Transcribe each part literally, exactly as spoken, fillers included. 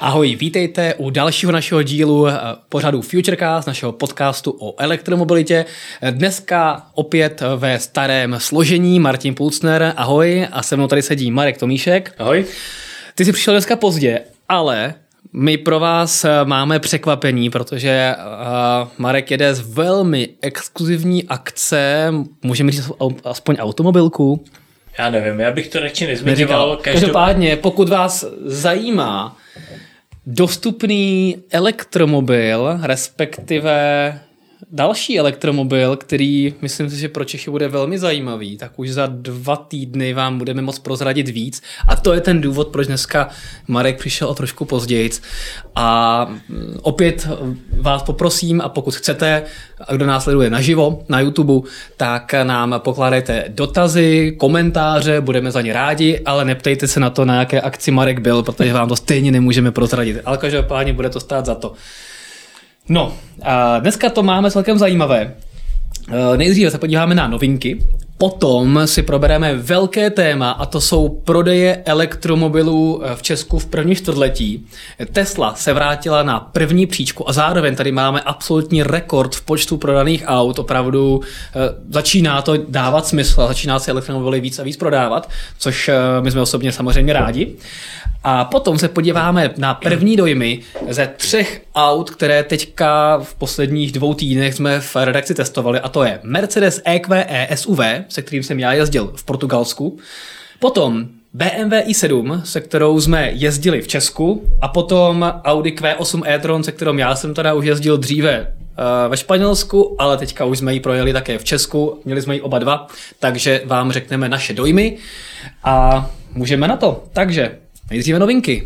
Ahoj, vítejte u dalšího našeho dílu pořadu Futurecast, našeho podcastu o elektromobilitě. Dneska opět ve starém složení Martin Pulcner, ahoj, a se mnou tady sedí Marek Tomíšek. Ahoj. Ty jsi přišel dneska pozdě, ale my pro vás máme překvapení, protože uh, Marek jede z velmi exkluzivní akce, můžeme říct aspoň automobilku. Já nevím, já bych to radši nezmiňoval. Každou... Každopádně, pokud vás zajímá dostupný elektromobil, respektive další elektromobil, který myslím si, že pro Čechy bude velmi zajímavý, tak už za dva týdny vám budeme moct prozradit víc. A to je ten důvod, proč dneska Marek přišel o trošku později. A opět vás poprosím, a pokud chcete, a kdo nás sleduje naživo na YouTube, tak nám pokládejte dotazy, komentáře, budeme za ně rádi, ale neptejte se na to, na jaké akci Marek byl, protože vám to stejně nemůžeme prozradit. Ale každopádně bude to stát za to. No, a dneska to máme celkem zajímavé. Nejdříve se podíváme na novinky, potom si probereme velké téma, a to jsou prodeje elektromobilů v Česku v první čtvrtletí. Tesla se vrátila na první příčku a zároveň tady máme absolutní rekord v počtu prodaných aut. Opravdu začíná to dávat smysl, začíná se elektromobily víc a víc prodávat, což my jsme osobně samozřejmě rádi. A potom se podíváme na první dojmy ze třech aut, které teďka v posledních dvou týdnech jsme v redakci testovali, a to je Mercedes E Q E S U V, se kterým jsem já jezdil v Portugalsku, potom B M W i sedm, se kterou jsme jezdili v Česku, a potom Audi Q osm e-tron, se kterou já jsem teda už jezdil dříve ve Španělsku, ale teďka už jsme ji projeli také v Česku, měli jsme ji oba dva, takže vám řekneme naše dojmy a můžeme na to. Takže nejdříve novinky.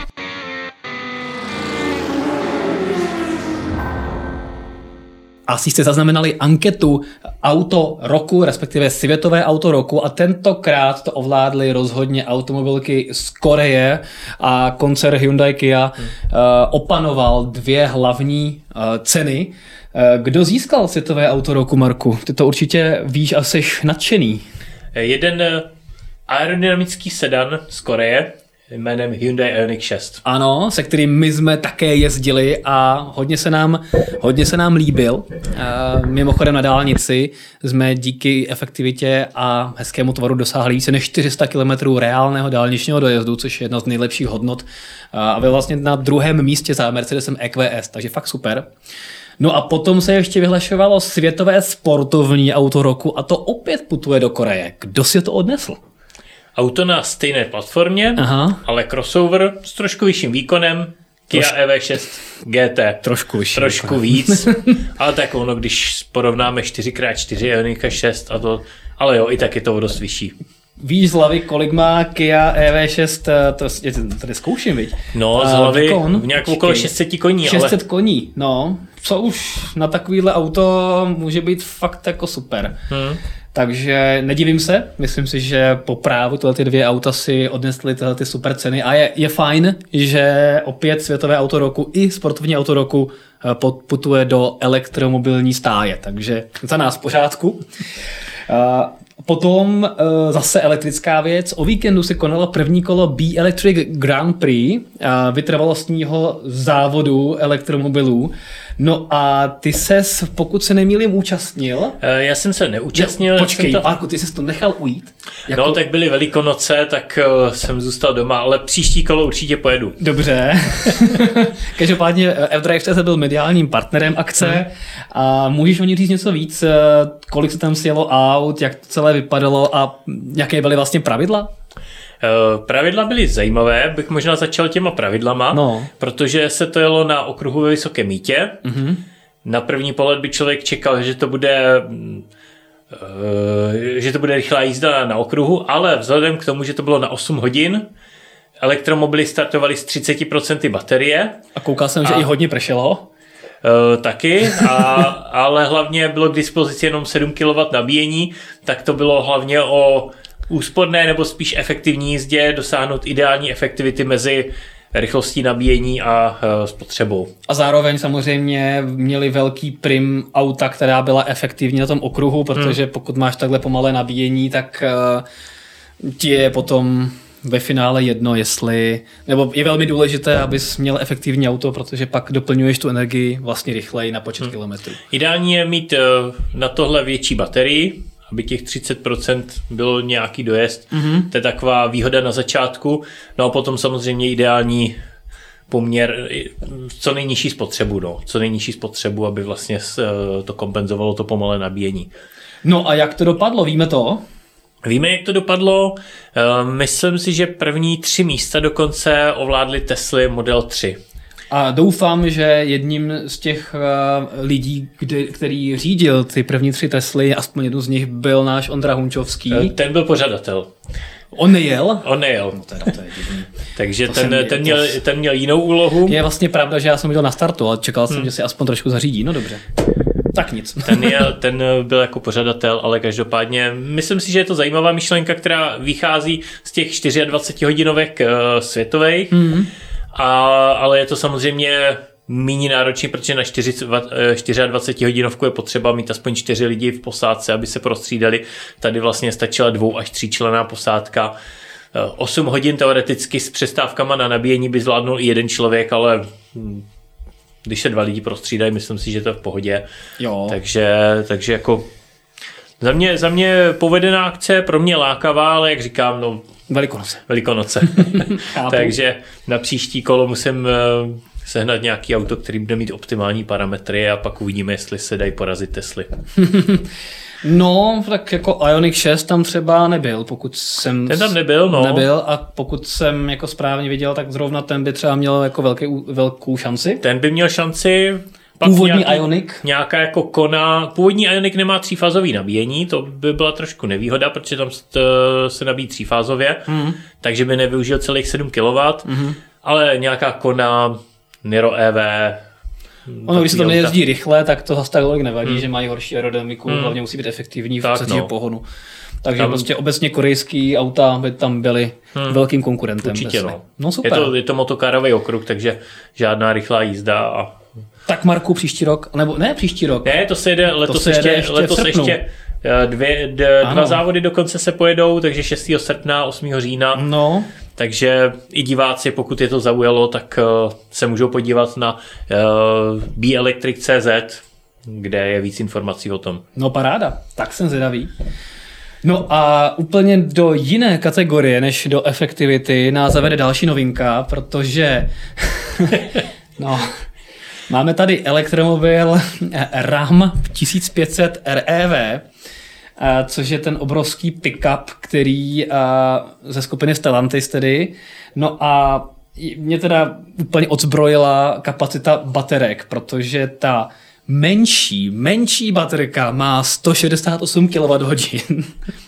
Asi jste zaznamenali anketu auto roku, respektive světové auto roku, a tentokrát to ovládly rozhodně automobilky z Koreje a koncern Hyundai Kia hmm. uh, opanoval dvě hlavní uh, ceny. Uh, kdo získal světové auto roku, Marku? Ty to určitě víš a jsi nadšený. Jeden aerodynamický sedan z Koreje jménem Hyundai Ioniq šest. Ano, se kterým my jsme také jezdili a hodně se nám, hodně se nám líbil. E, mimochodem na dálnici jsme díky efektivitě a hezkému tvaru dosáhli více než čtyři sta kilometrů reálného dálničního dojezdu, což je jedna z nejlepších hodnot. A byl vlastně na druhém místě za Mercedesem E Q S, takže fakt super. No a potom se ještě vyhlašovalo světové sportovní auto roku, a to opět putuje do Koreje. Kdo si to odnesl? Auto na stejné platformě, Aha. ale crossover s trošku vyšším výkonem, Kia Troš... E V šest G T. Trošku vyšší. Trošku víc, ale tak ono, když porovnáme čtyři krát čtyři Ioniq šest a to, ale jo, i tak je to dost vyšší. Víš z hlavy, kolik má Kia E V šest, to tady zkouším, viď? No, z hlavy výkon, v nějakou okolo šest set koní. šest set ale... koní, no, co už na takovýhle auto může být fakt jako super. Hmm. Takže nedivím se, myslím si, že po právu tyhle ty dvě auta si odnesly tyhle ty super ceny a je, je fajn, že opět světové auto roku i sportovní auto roku putuje do elektromobilní stáje, takže za nás v pořádku. Potom zase elektrická věc. O víkendu se konalo první kolo B-Electric Grand Prix vytrvalostního závodu elektromobilů. No a ty ses, pokud se nemýlím, účastnil? Já jsem se neúčastnil. Ne, počkej, to... Marku, ty jsi to nechal ujít? Jako... No, tak byly Velikonoce, tak uh, jsem zůstal doma, ale příští kolo určitě pojedu. Dobře. Každopádně F-Drive byl mediálním partnerem akce hmm. a můžeš o ní říct něco víc, kolik se tam sjelo aut, jak to celé vypadalo a jaké byly vlastně pravidla? Uh, pravidla byly zajímavé, bych možná začal těma pravidlama, no. protože se to jelo na okruhu ve Vysokém Mýtě. Mm-hmm. Na první pohled by člověk čekal, že to bude uh, že to bude rychlá jízda na okruhu, ale vzhledem k tomu, že to bylo na osm hodin, elektromobily startovaly s třicet procent baterie. A koukal jsem, a... že i hodně pršelo. Uh, taky, a, ale hlavně bylo k dispozici jenom sedm kilowattů nabíjení, tak to bylo hlavně o úsporné nebo spíš efektivní jízdě dosáhnout ideální efektivity mezi rychlostí nabíjení a uh, spotřebou. A zároveň samozřejmě měli velký prim auta, která byla efektivní na tom okruhu, protože hmm. pokud máš takhle pomalé nabíjení, tak uh, ti je potom ve finále jedno, jestli, nebo je velmi důležité, abys měl efektivní auto, protože pak doplňuješ tu energii vlastně rychleji na počet hmm. kilometrů. Ideální je mít na tohle větší baterii, aby těch třicet procent bylo nějaký dojezd. Mm-hmm. To je taková výhoda na začátku. No a potom samozřejmě ideální poměr co nejnižší spotřebu, no. Co nejnižší spotřebu, aby vlastně to kompenzovalo to pomalé nabíjení. No a jak to dopadlo, víme to? Víme, jak to dopadlo. Myslím si, že první tři místa dokonce ovládly Tesly Model tři. A doufám, že jedním z těch uh, lidí, kdy, který řídil ty první tři Tesly, aspoň jednu z nich byl náš Ondra Hunčovský. Ten byl pořadatel. On nejel? On nejel. No teda, to je divný. Takže ten, jsem, ten, měl, ten měl jinou úlohu. Je vlastně pravda, že já jsem viděl na startu, ale čekal jsem, hmm. že si aspoň trošku zařídí. No dobře. Tak nic. Ten, je, ten byl jako pořadatel, ale každopádně myslím si, že je to zajímavá myšlenka, která vychází z těch dvacet čtyři hodinovek uh, světových. Hmm. A, ale je to samozřejmě méně náročný, protože na dvacet čtyři hodinovku je potřeba mít aspoň čtyři lidi v posádce, aby se prostřídali. Tady vlastně stačila dvou až tříčlenná posádka. osm hodin teoreticky s přestávkama na nabíjení by zvládnul i jeden člověk, ale když se dva lidi prostřídají, myslím si, že to je v pohodě. Jo. Takže, takže jako za mě, za mě povedená akce, pro mě lákavá, ale jak říkám, no Velikonoce. Velikonoce. Takže na příští kolo musím sehnat nějaký auto, který bude mít optimální parametry a pak uvidíme, jestli se dají porazit Tesly. No, tak jako Ioniq šest tam třeba nebyl, pokud jsem... Ten tam nebyl, no. Nebyl a pokud jsem jako správně viděl, tak zrovna ten by třeba měl jako velký, velkou šanci. Ten by měl šanci... Pak původní Ioniq? Nějaká jako Kona. Původní Ioniq nemá třífázový nabíjení, to by byla trošku nevýhoda, protože tam se nabíjí třífázově, mm. takže by nevyužil celých sedm kilowattů, mm. ale nějaká Kona, Niro E V. Ono, když se to nejezdí rychle, tak to zase tak tolik nevadí, mm. že mají horší aerodynamiku, mm. hlavně musí být efektivní v podstatě no. pohonu. Takže tam... prostě obecně korejský auta by tam byly hmm. velkým konkurentem. Určitě no. no super. Je to, je to motokárový okruh, takže žádná rychlá jízda. A... Tak Marku, příští rok, nebo ne příští rok. Ne, to se jede letos, to se jede ještě, ještě, letos ještě dvě, d, dva závody dokonce se pojedou, takže šestého srpna, osmého října. No. Takže i diváci, pokud je to zaujalo, tak uh, se můžou podívat na uh, b electric tečka cé zet, kde je víc informací o tom. No paráda, tak jsem zvědavý. No a úplně do jiné kategorie než do efektivity nás zavede další novinka, protože no, máme tady elektromobil Ram tisíc pět set R E V, což je ten obrovský pick-up, který ze skupiny Stellantis tedy. No a mě teda úplně odzbrojila kapacita baterek, protože ta menší, menší baterka má sto šedesát osm kilowatthodin,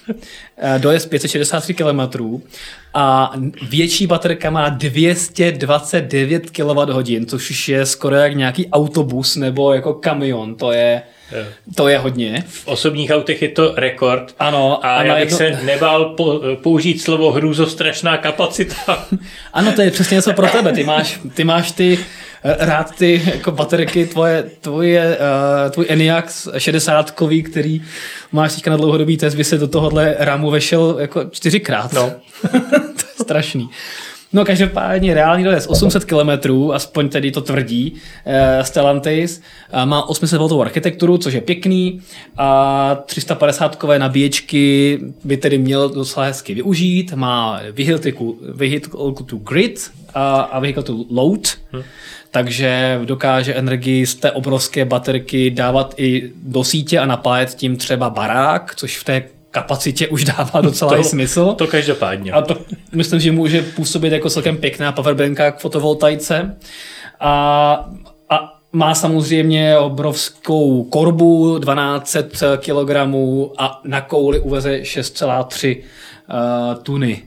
dojezd pět set šedesát tři kilometrů a větší baterka má dvě stě dvacet devět kilowatthodin, což už je skoro jak nějaký autobus nebo jako kamion, to je, to je hodně. V osobních autech je to rekord. Ano. A, a já bych jedno... se nebál po, použít slovo hrůzostrašná kapacita. Ano, to je přesně něco pro tebe, ty máš, ty máš ty rád ty jako baterky, tvoje, tvoje, uh, tvůj Enyaq šedesátkový, který máš teďka na dlouhodobý test, by se do tohohle rámu vešel jako čtyřikrát. No. To je strašný. No každopádně reálný dojezd osm set kilometrů, aspoň tedy to tvrdí uh, Stellantis, uh, má osm set voltovou architekturu, což je pěkný, a tři sta padesátkové nabíječky by tedy měl docela hezky využít, má vehicle to grid a, a vehicle to load, hmm. takže dokáže energii z té obrovské baterky dávat i do sítě a napájet tím třeba barák, což v té kapacitě už dává docela to, smysl. To každopádně. A to myslím, že může působit jako celkem pěkná powerbanka k fotovoltaice. A, a má samozřejmě obrovskou korbu dvanáct set kilogramů a na kouli uveze šest celá tři uh, tuny.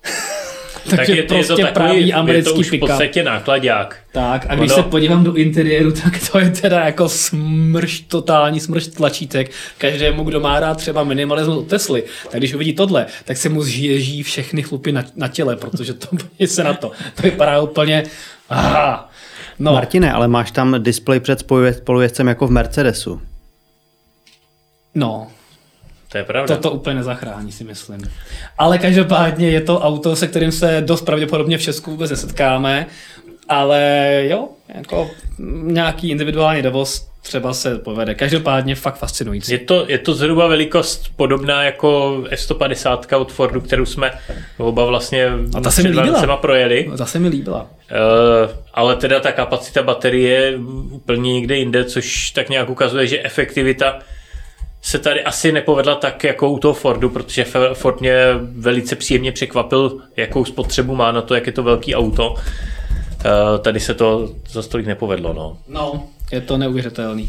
Takže tak je, prostě je to pravý americký je to už v podstatě nákladák. Tak a když ono... se podívám do interiéru, tak to je teda jako smršť, totální smršť tlačítek. Každému, kdo má rád třeba minimalismus od Tesly, tak když uvidí tohle, tak se mu zježí všechny chlupy na, na těle, protože to je se na to. To vypadá úplně... Aha. No. Martine, ale máš tam displej před spolujezdcem jako v Mercedesu. No... To je pravda. Toto úplně nezachrání, si myslím. Ale každopádně je to auto, se kterým se dost pravděpodobně v Česku vůbec nesetkáme, ale jo, jako nějaký individuální dovoz třeba se povede. Každopádně fakt fascinující. Je to, je to zhruba velikost podobná jako F sto padesát od Fordu, kterou jsme oba vlastně před Vánocema projeli. Ta se mi líbila. Uh, ale teda ta kapacita baterie je úplně někde jinde, což tak nějak ukazuje, že efektivita se tady asi nepovedla tak jako u toho Fordu, protože Ford mě velice příjemně překvapil, jakou spotřebu má na to, jak je to velký auto. Uh, tady se to za stolik nepovedlo. No. no, je to neuvěřitelný.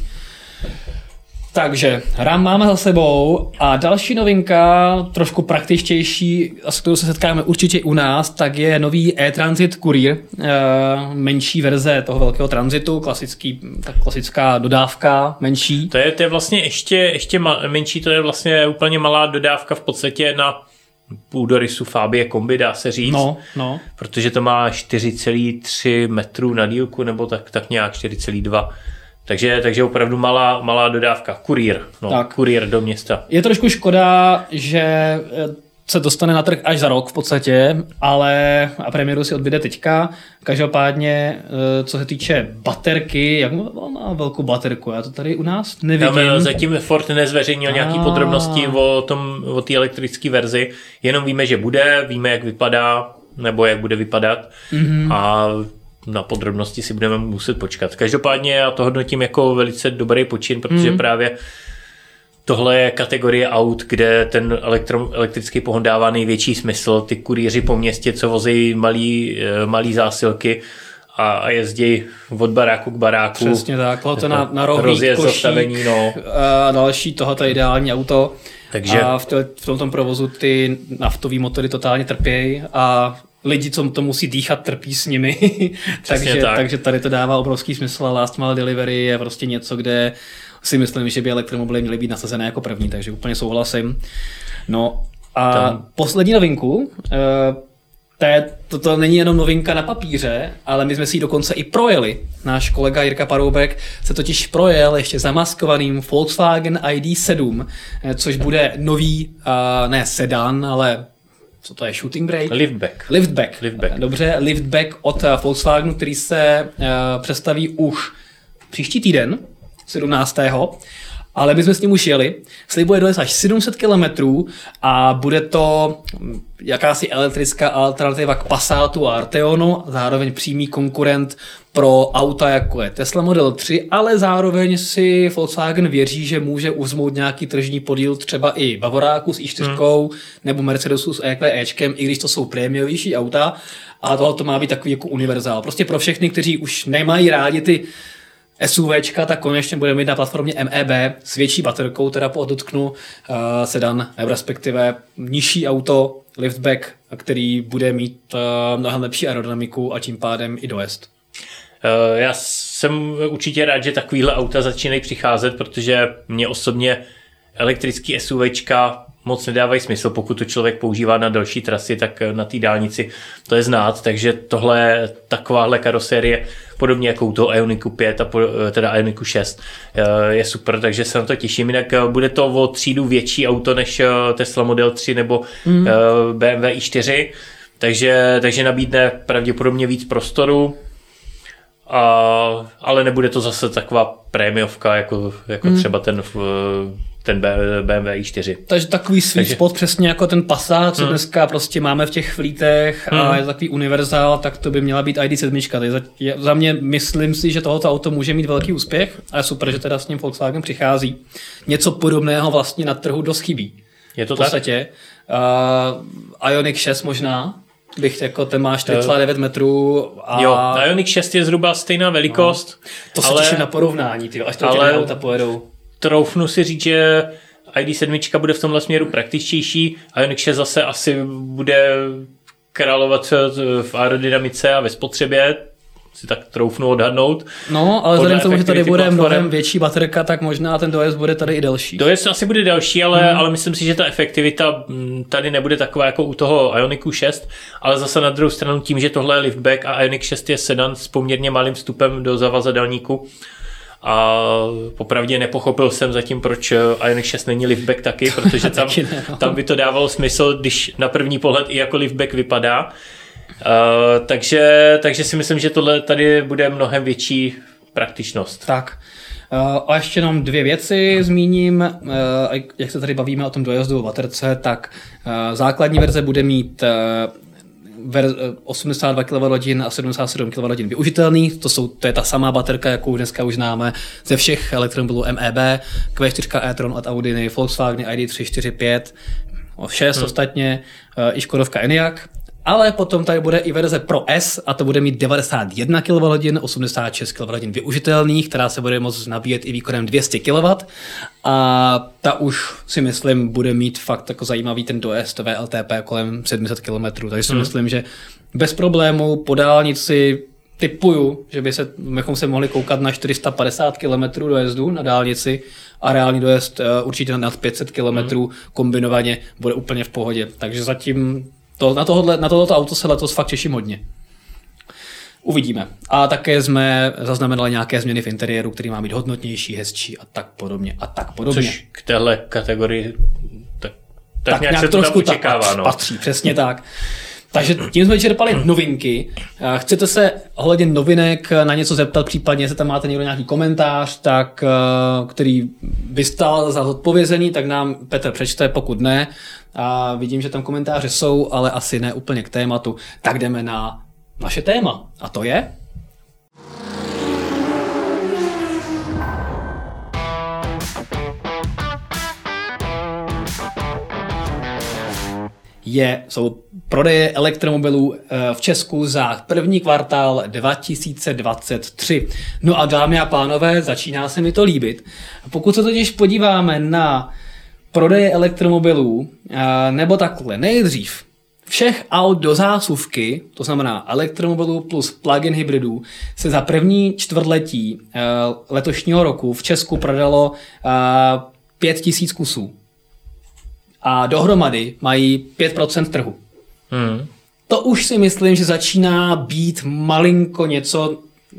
Takže RAM máme za sebou a další novinka, trošku praktičtější, a s kterou se setkáme určitě u nás, tak je nový e-Transit Courier, uh, menší verze toho velkého transitu, klasický, tak klasická dodávka, menší. To je, to je vlastně ještě, ještě ma- menší, to je vlastně úplně malá dodávka v podstatě na půdorysu Fabie kombi, dá se říct, no, no. protože to má čtyři celá tři metru na dílku, nebo tak, tak nějak čtyři celá dva. Takže, takže opravdu malá, malá dodávka. Kurýr, no, tak. Kurýr do města. Je trošku škoda, že se dostane na trh až za rok v podstatě, ale a premiéru si odbyde teďka. Každopádně, co se týče baterky, jak má velkou baterku, já to tady u nás nevidím. Tam zatím Ford nezveřejnil a... nějaké podrobnosti o tom, o té elektrické verzi, jenom víme, že bude, víme, jak vypadá, nebo jak bude vypadat mm-hmm. a na podrobnosti si budeme muset počkat. Každopádně já to hodnotím jako velice dobrý počin, protože mm-hmm. právě tohle je kategorie aut, kde ten elektro, elektrický pohon dává největší smysl. Ty kurýři po městě, co vozí malý, malý zásilky a, a jezdí od baráku k baráku. Přesně tak, to na, na rohlík, košík no. a další, tohoto ideální auto. Takže... A v, tě, v tomto provozu ty naftové motory totálně trpějí a lidi, co to musí dýchat, trpí s nimi. takže, tak. takže tady to dává obrovský smysl a last mile delivery je prostě něco, kde si myslím, že by elektromobily měly být nasazené jako první, takže úplně souhlasím. No a Tam. poslední novinku, to, je, to, to není jenom novinka na papíře, ale my jsme si ji dokonce i projeli. Náš kolega Jirka Paroubek se totiž projel ještě zamaskovaným Volkswagen I D sedm, což bude nový, ne sedan, ale co to je, shooting brake? Liftback. Liftback. Liftback. Dobře, liftback od Volkswagenu, který se uh, představí už příští týden, sedmnáctého Ale my jsme s ním už jeli. Slibuje dojezd až sedm set kilometrů a bude to jakási elektrická alternativa k Passatu a Arteonu, zároveň přímý konkurent pro auta jako je Tesla Model tři, ale zároveň si Volkswagen věří, že může uzmout nějaký tržní podíl třeba i Bavoráku s i čtyři hmm. nebo Mercedesu s E Q Ečkem, i když to jsou prémiovější auta. A tohle to má být takový jako univerzál. Prostě pro všechny, kteří už nemají rádi ty SUVčka, tak konečně budeme mít na platformě M E B s větší baterkou, teda podotknu uh, sedan, respektive nižší auto, liftback, který bude mít uh, mnohem lepší aerodynamiku a tím pádem i dojezd. Uh, já jsem určitě rád, že takovýhle auta začínají přicházet, protože mě osobně elektrický SUVčka moc nedávají smysl, pokud to člověk používá na další trasy, tak na té dálnici to je znát, takže tohle takováhle karosérie, podobně jako u toho Ioniqu pět a po, teda Ioniqu šest, je super, takže se na to těším. Jinak bude to o třídu větší auto než Tesla Model tři nebo mm. B M W i čtyři, takže, takže nabídne pravděpodobně víc prostoru, a, ale nebude to zase taková prémiovka jako, jako mm. třeba ten ten B M W i čtyři. Takže takový sweet Takže... spot, přesně jako ten Passat, co hmm. dneska prostě máme v těch flítech hmm. a je takový univerzál, tak to by měla být I D sedm. Takže za, za mě myslím si, že tohoto auto může mít velký úspěch a je super, že teda s ním Volkswagen přichází. Něco podobného vlastně na trhu dost chybí. Je to v podstatě. tak? Uh, Ioniq šest možná, bych jako ten má čtyři celá devět metrů. A... Jo, Ioniq šest je zhruba stejná velikost. No. To se ale... těším na porovnání, tyjo, až to ale... ty auta pojedou. Troufnu si říct, že I D sedm bude v tomhle směru praktičtější, Ioniq šest zase asi bude královat v aerodynamice a ve spotřebě, si tak troufnu odhadnout. No, ale vzhledem k tomu, že tady bude platform. Mnohem větší baterka, tak možná ten dojezd bude tady i delší. Dojezd asi bude delší, ale, hmm. ale myslím si, že ta efektivita tady nebude taková jako u toho Ioniqu šest, ale zase na druhou stranu tím, že tohle je liftback a Ioniq šest je sedan s poměrně malým vstupem do zavazadélníku, a popravdě nepochopil jsem zatím, proč Ioniq šest není liftback taky, protože tam, ne, no. tam by to dávalo smysl, když na první pohled i jako liftback vypadá. Uh, takže, takže si myslím, že tohle tady bude mnohem větší praktičnost. Tak. Uh, a ještě jenom dvě věci zmíním. Uh, jak se tady bavíme o tom dojezdu o baterce, tak uh, základní verze bude mít uh, ver- osmdesát dva kilowatthodin a sedmdesát sedm kilowatthodin využitelných. To, jsou, to je ta samá baterka, jakou dneska už známe ze všech elektromobilů M E B, Q čtyři e-tron od Audiny, Volkswagen I D tři, čtyři, pět, šest hmm. ostatně, uh, i Škodovka Enyaq. Ale potom tady bude i verze Pro S a to bude mít devadesát jedna kilowatthodin, osmdesát šest kilowatthodin využitelných, která se bude moct nabíjet i výkonem dvě stě kilowattů. A ta už si myslím bude mít fakt jako zajímavý ten dojezd V L T P kolem sedm set kilometrů. Takže si hmm. myslím, že bez problémů po dálnici typuju, že by se, bychom se mohli koukat na čtyři sta padesát kilometrů dojezdu na dálnici a reálný dojezd určitě nad pět set kilometrů hmm. kombinovaně bude úplně v pohodě. Takže zatím To, na, tohohle, na tohoto auto se letos fakt těším hodně. Uvidíme. A také jsme zaznamenali nějaké změny v interiéru, který má být hodnotnější, hezčí a tak podobně. A tak podobně. Což k téhle kategorii tak, tak, tak nějak, nějak se to tam očekává. Tak no. patří, přesně tak. Takže tím jsme vyčerpali novinky. Chcete se ohledně novinek na něco zeptat, případně se tam máte někdo nějaký komentář, tak, který by stál za odpovězení, tak nám Petr přečte, pokud ne. A vidím, že tam komentáře jsou, ale asi ne úplně k tématu. Tak jdeme na naše téma. A to je... Je, jsou prodeje elektromobilů v Česku za první kvartál dva tisíce dvacet tři. No a dámy a pánové, začíná se mi to líbit. Pokud se totiž podíváme na prodeje elektromobilů, nebo takhle, nejdřív všech aut do zásuvky, to znamená elektromobilů plus plug-in hybridů, se za první čtvrtletí letošního roku v Česku prodalo pět tisíc kusů. A dohromady mají pět procent trhu. Hmm. To už si myslím, že začíná být malinko něco,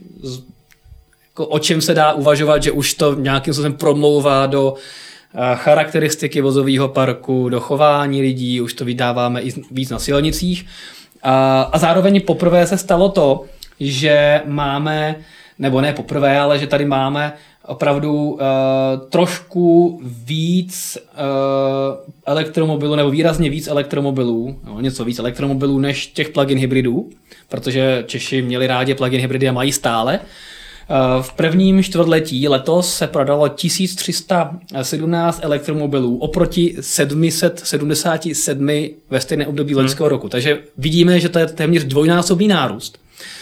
jako o čem se dá uvažovat, že už to nějakým způsobem promlouvá do charakteristiky vozového parku, do chování lidí, už to vydáváme i víc na silnicích. A, a zároveň poprvé se stalo to, že máme, nebo ne poprvé, ale že tady máme opravdu uh, trošku víc uh, elektromobilů, nebo výrazně víc elektromobilů, no, něco víc elektromobilů než těch plug-in hybridů, protože Češi měli rádi plug-in hybridy a mají stále. Uh, v prvním čtvrtletí letos se prodalo tisíc tři sta sedmnáct elektromobilů oproti sedm set sedmdesát sedm ve stejné období hmm. loňského roku. Takže vidíme, že to je téměř dvojnásobný nárůst.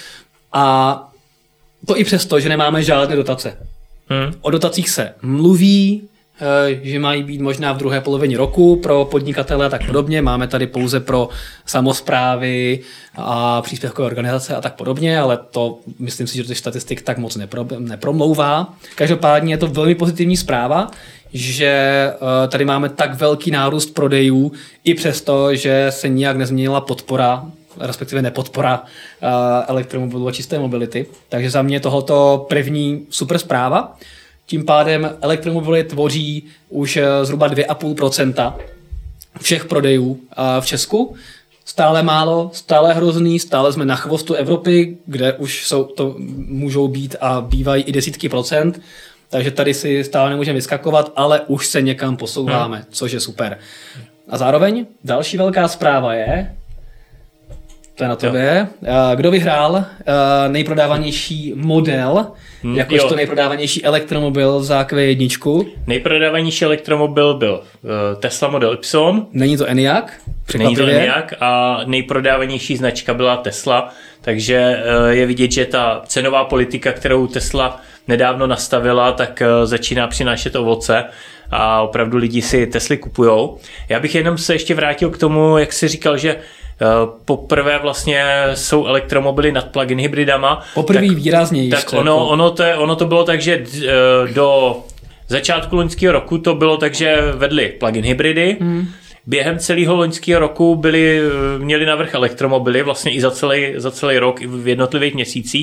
A to i přesto, že nemáme žádné dotace. Hmm. O dotacích se mluví, že mají být možná v druhé polovině roku pro podnikatele a tak podobně. Máme tady pouze pro samosprávy a příspěvkové organizace a tak podobně, ale to myslím si, že těch statistik tak moc nepro, nepromlouvá. Každopádně je to velmi pozitivní zpráva, že tady máme tak velký nárůst prodejů, i přesto, že se nijak nezměnila podpora, respektive nepodpora uh, elektromobilů a čisté mobility. Takže za mě tohoto první super zpráva. Tím pádem elektromobily tvoří už zhruba dvě celá pět procenta všech prodejů uh, v Česku. Stále málo, stále hrozný, stále jsme na chvostu Evropy, kde už jsou, to můžou být a bývají i desítky procent. Takže tady si stále nemůžeme vyskakovat, ale už se někam posouváme, hmm. což je super. A zároveň další velká zpráva je, to je na tobě. Kdo vyhrál nejprodávanější model, hmm, jakožto jo. nejprodávanější elektromobil za Q jedna? Nejprodávanější elektromobil byl Tesla Model Y. Není to Enyaq? Není to Enyaq a nejprodávanější značka byla Tesla, takže je vidět, že ta cenová politika, kterou Tesla nedávno nastavila, tak začíná přinášet ovoce a opravdu lidi si Tesly kupujou. Já bych jenom se ještě vrátil k tomu, jak jsi říkal, že poprvé vlastně jsou elektromobily nad plug-in hybridama. Poprvé výrazněji. Tak ono, jako... ono, to je, ono to bylo tak, že do začátku loňského roku to bylo tak, že vedli plug-in hybridy. Hmm. Během celého loňského roku byli, měli navrch elektromobily, vlastně i za celý, za celý rok, i v jednotlivých měsících.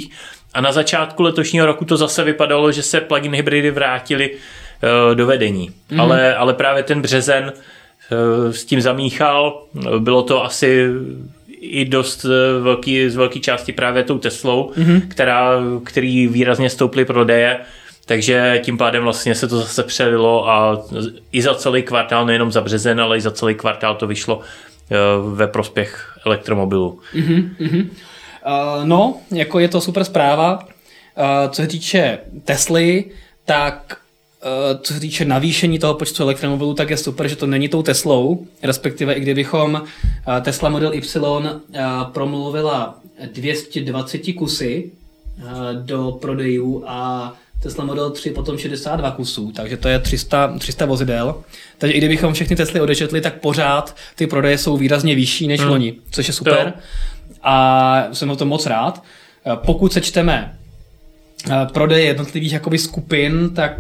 A na začátku letošního roku to zase vypadalo, že se plug-in hybridy vrátily uh, do vedení. Mm. Ale, ale právě ten březen uh, s tím zamíchal. Bylo to asi i dost velký, z velké části právě tou Teslou, mm. která, který výrazně stouply prodeje. Takže tím pádem vlastně se to zase přelilo a i za celý kvartál, nejenom za březen, ale i za celý kvartál to vyšlo uh, ve prospěch elektromobilů. Mm-hmm, mm-hmm. Uh, no, jako je to super zpráva. Uh, co se týče Tesly, tak uh, co se týče navýšení toho počtu elektromobilů, tak je super, že to není tou Teslou, respektive i kdybychom uh, Tesla Model Y uh, promluvila dvě stě dvacet kusy uh, do prodejů a Tesla Model tři potom šedesát dva kusů, takže to je tři sta, tři sta vozidel. Takže i kdybychom všechny Tesly odečetli, tak pořád ty prodeje jsou výrazně vyšší než hmm. loni, což je super. To. A jsem o tom moc rád. Pokud sečteme prodeje jednotlivých jakoby skupin, tak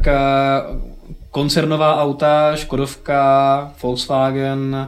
koncernová auta, Škodovka, Volkswagen,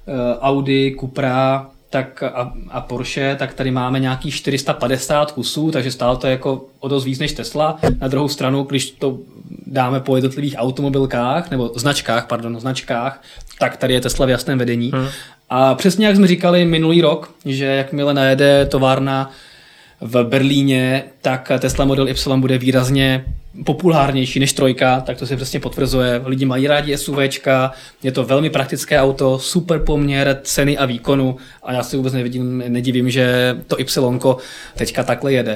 Audi, Cupra tak a, a Porsche, tak tady máme nějaký čtyři sta padesát kusů, takže stále to je jako o dost víc než Tesla. Na druhou stranu, když to dáme po jednotlivých automobilkách, nebo značkách, pardon, značkách, tak tady je Tesla v jasném vedení. Hmm. A přesně jak jsme říkali minulý rok, že jakmile najede továrna v Berlíně, tak Tesla Model Y bude výrazně populárnější než trojka, tak to se přesně potvrzuje. Lidi mají rádi SUVčka, je to velmi praktické auto, super poměr ceny a výkonu a já si vůbec nevidím, nedivím, že to Y teďka takhle jede.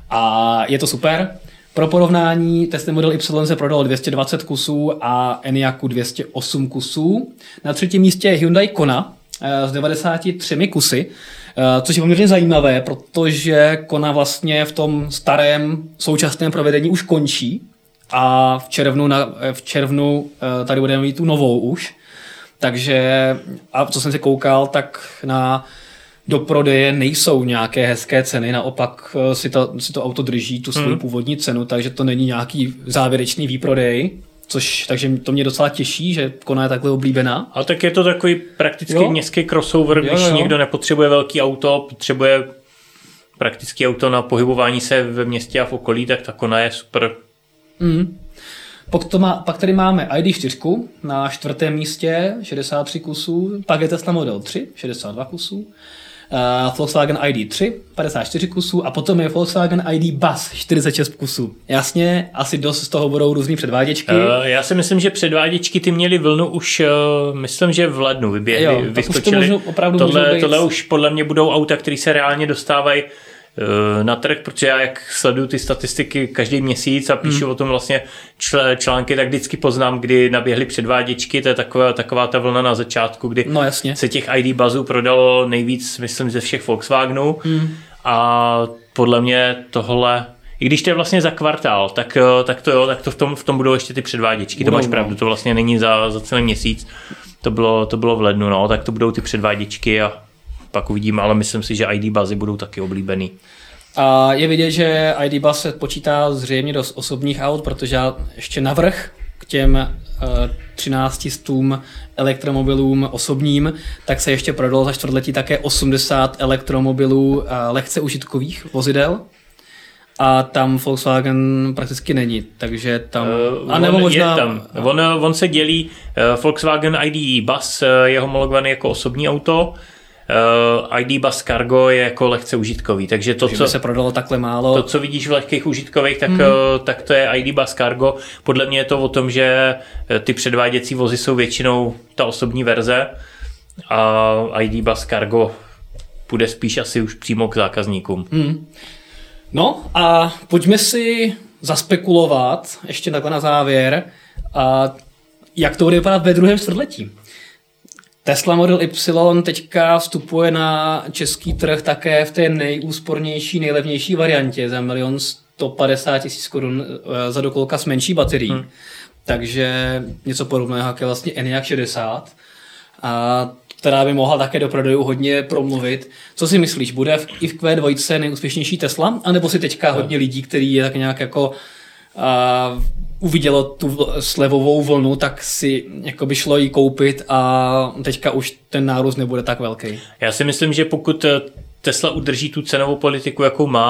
A je to super. Pro porovnání Tesla Model Y se prodalo dvě stě dvacet kusů a Enyaqu dvě stě osm kusů. Na třetím místě je Hyundai Kona s devadesáti třemi kusy, což je poměrně zajímavé, protože Kona vlastně v tom starém současném provedení už končí a v červnu, na, v červnu tady budeme mít tu novou už. Takže, a co jsem se koukal, tak na do prodeje nejsou nějaké hezké ceny, naopak si to, si to auto drží tu svou hmm. původní cenu, takže to není nějaký závěrečný výprodej. Což, takže to mě docela těší, že Kona je takhle oblíbená. A tak je to takový prakticky jo. městský crossover, když jo, jo. někdo nepotřebuje velký auto, potřebuje praktický auto na pohybování se ve městě a v okolí, tak ta Kona je super. Mm. Pak, to má, pak tady máme I D čtyři na čtvrtém místě, šedesát tři kusů, pak je Tesla Model tři, šedesát dva kusů, Uh, Volkswagen I D tři, padesát čtyři kusů a potom je Volkswagen I D Buzz, čtyřicet šest kusů. Jasně, asi dost z toho budou různý předváděčky. Uh, já si myslím, že předváděčky ty měly vlnu už, uh, myslím, že v lednu vyběhly, jo, vyskočily. Už to opravdu tohle, být... tohle už podle mě budou auta, které se reálně dostávají uh, na trh, protože já jak sleduju ty statistiky každý měsíc a píšu hmm. o tom vlastně čl- články, tak vždycky poznám, kdy naběhly předváděčky, to je taková, taková ta vlna na začátku, kdy no, jasně. se těch I D Buzzů prodalo nejvíc, myslím, ze všech Volkswagenů hmm. a podle mě tohle, i když to je vlastně za kvartál, tak, tak to jo, tak to v tom, v tom budou ještě ty předváděčky, budou, to máš no. pravdu, to vlastně není za, za celý měsíc, to bylo, to bylo v lednu, no, tak to budou ty předváděčky a pak uvidíme, ale myslím si, že I D Buzzy budou taky oblíbený. A je vidět, že I D Buzz se počítá zřejmě do osobních aut, protože ještě navrch k těm uh, třinácti stům elektromobilům osobním, tak se ještě prodalo za čtvrtletí také osmdesát elektromobilů uh, lehce užitkových vozidel. A tam Volkswagen prakticky není, takže tam... Uh, a nebo možná... Je tam. On, on se dělí, uh, Volkswagen I D Buzz uh, je homologovaný jako osobní auto, Uh, I D Buzz Cargo je jako lehce užitkový, takže to, co se prodalo takhle málo. To, co vidíš v lehkých užitkových, tak, hmm. uh, tak to je I D Buzz Cargo. Podle mě je to o tom, že ty předváděcí vozy jsou většinou ta osobní verze a I D Buzz Cargo půjde spíš asi už přímo k zákazníkům. Hmm. No a pojďme si zaspekulovat ještě takhle na závěr, a jak to bude vypadat ve druhém čtvrtletí. Tesla Model Y teďka vstupuje na český trh také v té nejúspornější, nejlevnější variantě za milion sto padesát tisíc korun za dokolka s menší baterií. Hmm. Takže něco podobného, jako je vlastně Enyaq šedesát, a která by mohla také do prodejů hodně promluvit. Co si myslíš, bude v, i v Q dva nejúspěšnější Tesla? A nebo si teďka hodně lidí, který je tak nějak jako a, uvidělo tu slevovou vlnu, tak si jakoby šlo jí koupit a teďka už ten nárůst nebude tak velký. Já si myslím, že pokud Tesla udrží tu cenovou politiku, jakou má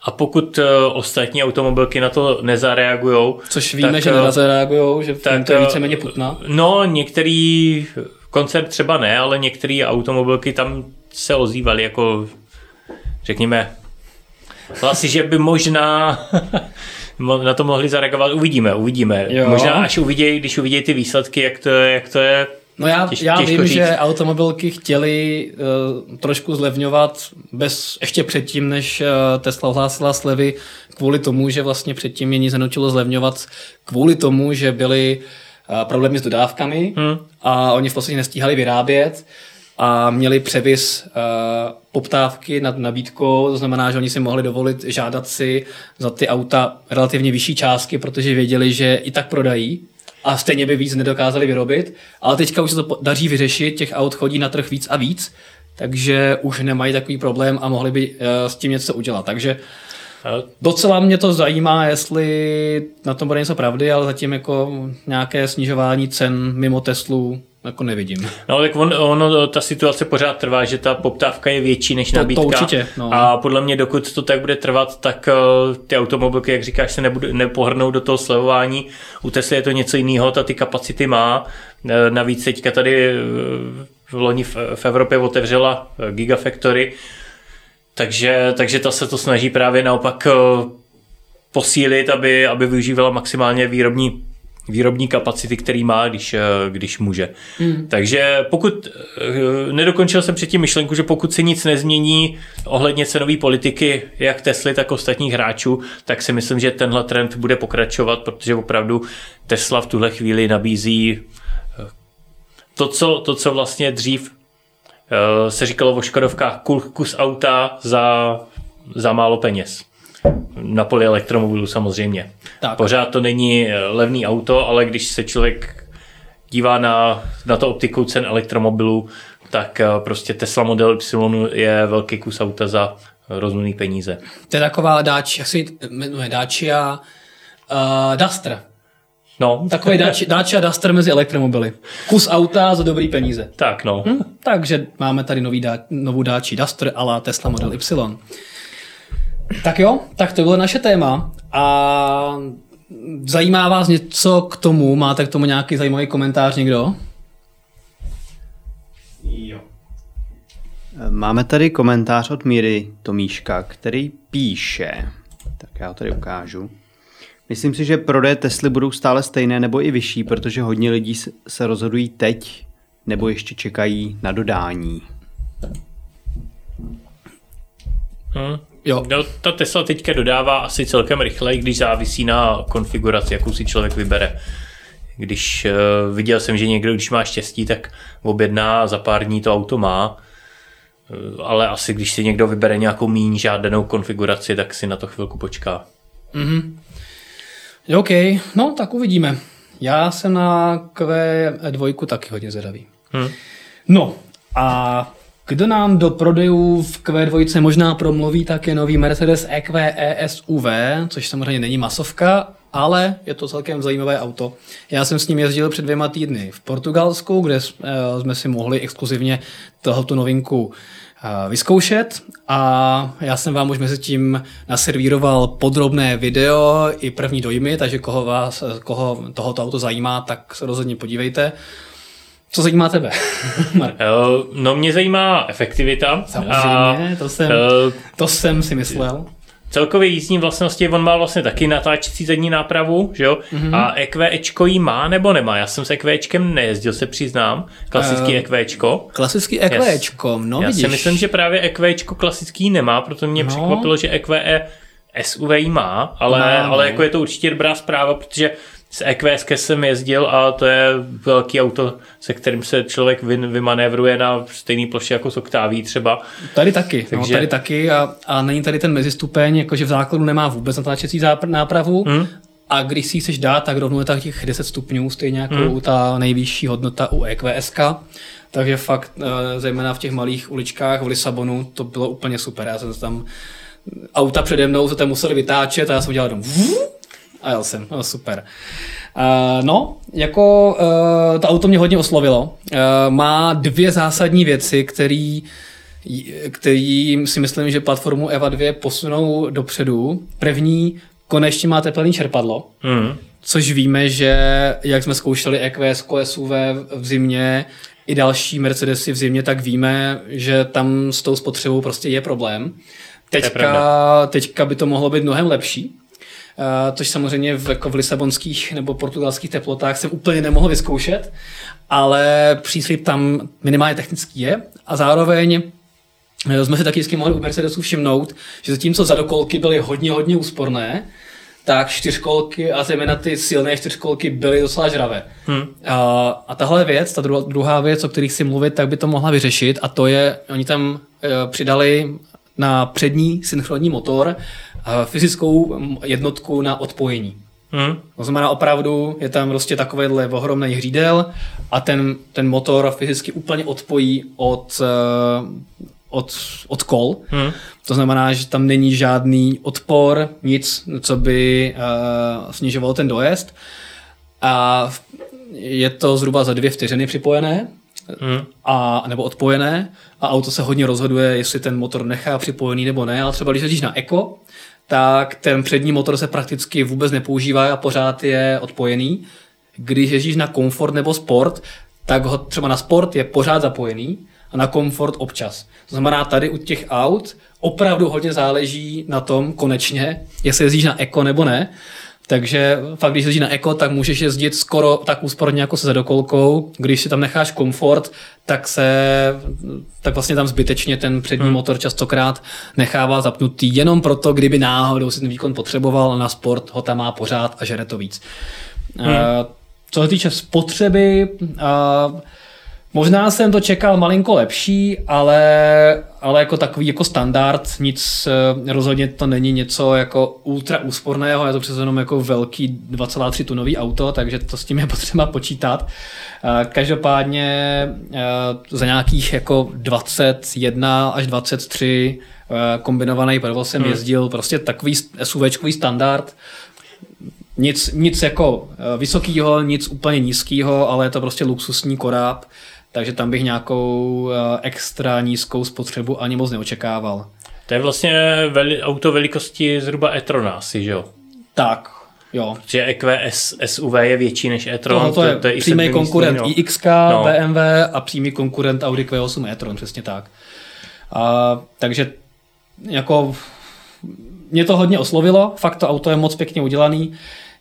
a pokud uh, ostatní automobilky na to nezareagujou... Což víme, tak, že nezareagujou, že tak, to je víceméně putna. No, některý koncert třeba ne, ale některé automobilky tam se ozývaly jako, řekněme, hlasy, že by možná na to mohli zareagovat. Uvidíme, uvidíme. Jo. Možná až uvidějí, když uvidějí ty výsledky, jak to, jak to je. No já, Těž, já vím, říct. že automobilky chtěli uh, trošku zlevňovat bez, ještě předtím, než uh, Tesla ohlásila slevy, kvůli tomu, že vlastně předtím je nic nenutilo zlevňovat, kvůli tomu, že byly uh, problémy s dodávkami hmm. a oni v podstatě nestíhali vyrábět a měli převis uh, poptávky nad nabídkou, to znamená, že oni si mohli dovolit žádat si za ty auta relativně vyšší částky, protože věděli, že i tak prodají. A stejně by víc nedokázali vyrobit, ale teďka už se to daří vyřešit, těch aut chodí na trh víc a víc, takže už nemají takový problém a mohli by s tím něco udělat. Takže docela mě to zajímá, jestli na tom bude něco pravdy, ale zatím jako nějaké snižování cen mimo Teslu jako nevidím. No tak on, ono, ta situace pořád trvá, že ta poptávka je větší než nabídka. To, to určitě, no. A podle mě, dokud to tak bude trvat, tak uh, ty automobilky, jak říkáš, se nebude, nepohrnou do toho slevování. U Tesly je to něco jiného, ta ty kapacity má. Uh, navíc teďka tady uh, v loni v, v Evropě otevřela uh, Gigafactory, takže, takže ta se to snaží právě naopak uh, posílit, aby, aby využívala maximálně výrobní výrobní kapacity, který má, když, když může. Mm. Takže pokud, nedokončil jsem předtím myšlenku, že pokud se nic nezmění ohledně cenové politiky, jak Tesly, tak ostatních hráčů, tak si myslím, že tenhle trend bude pokračovat, protože opravdu Tesla v tuhle chvíli nabízí to, co, to, co vlastně dřív se říkalo o Škodovkách, kus auta za, za málo peněz. Na poli elektromobilu samozřejmě. Tak. Pořád to není levný auto, ale když se člověk dívá na, na to optikou cen elektromobilů, tak prostě Tesla Model Y je velký kus auta za rozumný peníze. To je taková Dacia, jak se jmenuje, Dacia uh, Duster. No. Takový Dacia, Dacia Duster mezi elektromobily. Kus auta za dobrý peníze. Tak no. Hm, takže máme tady nový dá, novou Dacia Duster a la Tesla Model Y. Tak jo, tak to bylo naše téma a zajímá vás něco k tomu? Máte k tomu nějaký zajímavý komentář někdo? Jo. Máme tady komentář od Míry Tomíška, který píše, tak já ho tady ukážu. Myslím si, že prodeje Tesly budou stále stejné nebo i vyšší, protože hodně lidí se rozhodují teď nebo ještě čekají na dodání. Hmm. Jo. No, ta Tesla teďka dodává asi celkem rychle, když závisí na konfiguraci, jakou si člověk vybere. Když uh, viděl jsem, že někdo, když má štěstí, tak objedná za pár dní to auto má, uh, ale asi když si někdo vybere nějakou míň žádanou konfiguraci, tak si na to chvilku počká. Mhm. OK, no tak uvidíme. Já jsem na Q dva taky hodně zvědavý. Hmm. No a kdo nám do prodejů v Q dva možná promluví, tak je nový Mercedes E Q E S U V, což samozřejmě není masovka, ale je to celkem zajímavé auto. Já jsem s ním jezdil před dvěma týdny v Portugalsku, kde jsme si mohli exkluzivně tohoto novinku vyzkoušet a já jsem vám už mezi tím naservíroval podrobné video i první dojmy, takže koho, vás, koho tohoto auto zajímá, tak se rozhodně podívejte. Co zajímá tebe? No mě zajímá efektivita. Samozřejmě, a, to, jsem, to jsem si myslel. Celkově jízdní vlastnosti, on má vlastně taky natáčecí zadní nápravu, že jo? Mm-hmm. A EQEčko jí má nebo nemá? Já jsem s EQEčkem nejezdil, se přiznám. Klasický uh, EQEčko. Klasický EQEčko, no já vidíš. Já si myslím, že právě EQEčko klasický nemá, proto mě no. překvapilo, že EQE S U V jí má, ale, no, ale jako je to určitě dobrá zpráva, protože s E Q S jsem jezdil a to je velký auto, se kterým se člověk vymanévruje na stejné ploše jako s Octavií třeba. Tady taky, takže... no, tady taky a, a není tady ten mezistupeň, jakože v základu nemá vůbec natáčecí nápravu hmm. a když si ji chceš dát, tak rovnou je tak těch deset stupňů, stejně jako hmm. ta nejvyšší hodnota u E Q S ka. Takže fakt, zejména v těch malých uličkách v Lisabonu, to bylo úplně super. Já jsem tam auta přede mnou se tam museli vytáčet a já jsem udělal jenom a jel jsem, no super. Uh, no, jako uh, to auto mě hodně oslovilo. Uh, má dvě zásadní věci, které který si myslím, že platformu E V A dva posunou dopředu. První, konečně má tepelné čerpadlo, mm. což víme, že jak jsme zkoušeli E Q S, S U V v zimě, i další Mercedesy v zimě, tak víme, že tam s tou spotřebou prostě je problém. Teďka, teďka by to mohlo být mnohem lepší. Uh, což samozřejmě v, jako v lisabonských nebo portugalských teplotách jsem úplně nemohl vyzkoušet, ale příslib tam minimálně technický je a zároveň jsme si taky vždycky mohli u Mercedesu všimnout, že zatímco zadokolky byly hodně, hodně úsporné, tak čtyřkolky a zejména ty silné čtyřkolky byly docela žravé. Hmm. A, a tahle věc, ta druhá, druhá věc, o kterých si mluvit, tak by to mohla vyřešit a to je, oni tam e, přidali na přední synchronní motor fyzickou jednotku na odpojení. Hmm. To znamená opravdu, je tam prostě takovýhle ohromný hřídel a ten, ten motor fyzicky úplně odpojí od, od, od kol. Hmm. To znamená, že tam není žádný odpor, nic, co by uh, snižovalo ten dojezd. A je to zhruba za dvě vteřiny připojené. Hmm. A, nebo odpojené a auto se hodně rozhoduje, jestli ten motor nechá připojený nebo ne, ale třeba když jezdíš na Eco, tak ten přední motor se prakticky vůbec nepoužívá a pořád je odpojený. Když jezdíš na komfort nebo sport, tak ho třeba na sport je pořád zapojený a na komfort občas. To znamená, tady u těch aut opravdu hodně záleží na tom konečně, jestli jezdíš na Eco nebo ne. Takže fakt, když jezdíš na Eco, tak můžeš jezdit skoro tak úsporně jako se zadokolkou. Když si tam necháš komfort, tak se tak vlastně tam zbytečně ten přední hmm. motor častokrát nechává zapnutý. Jenom proto, kdyby náhodou si ten výkon potřeboval, na sport ho tam má pořád a žere to víc. Hmm. Uh, co se týče spotřeby, uh, možná jsem to čekal malinko lepší, ale, ale jako takový jako standard, nic, rozhodně to není něco jako ultra úsporného, je to přece jenom jako velký dva celá tři tunový auto, takže to s tím je potřeba počítat. Každopádně za nějakých jako dvacet jedna až dvacet tři kombinovaný provoz jsem hmm. jezdil, prostě takový SUVčkový standard. Nic, nic jako vysokýho, nic úplně nízkýho, ale je to prostě luxusní koráb. Takže tam bych nějakou extra nízkou spotřebu ani moc neočekával. To je vlastně veli, auto velikosti zhruba e-trona asi, že jo? Tak, jo. Protože E Q S S U V je větší než e-tron. No, to, je to, to je přímý konkurent i X no. B M W a přímý konkurent Audi Q osm e-tron, přesně tak. A, takže jako mě to hodně oslovilo, fakt to auto je moc pěkně udělaný.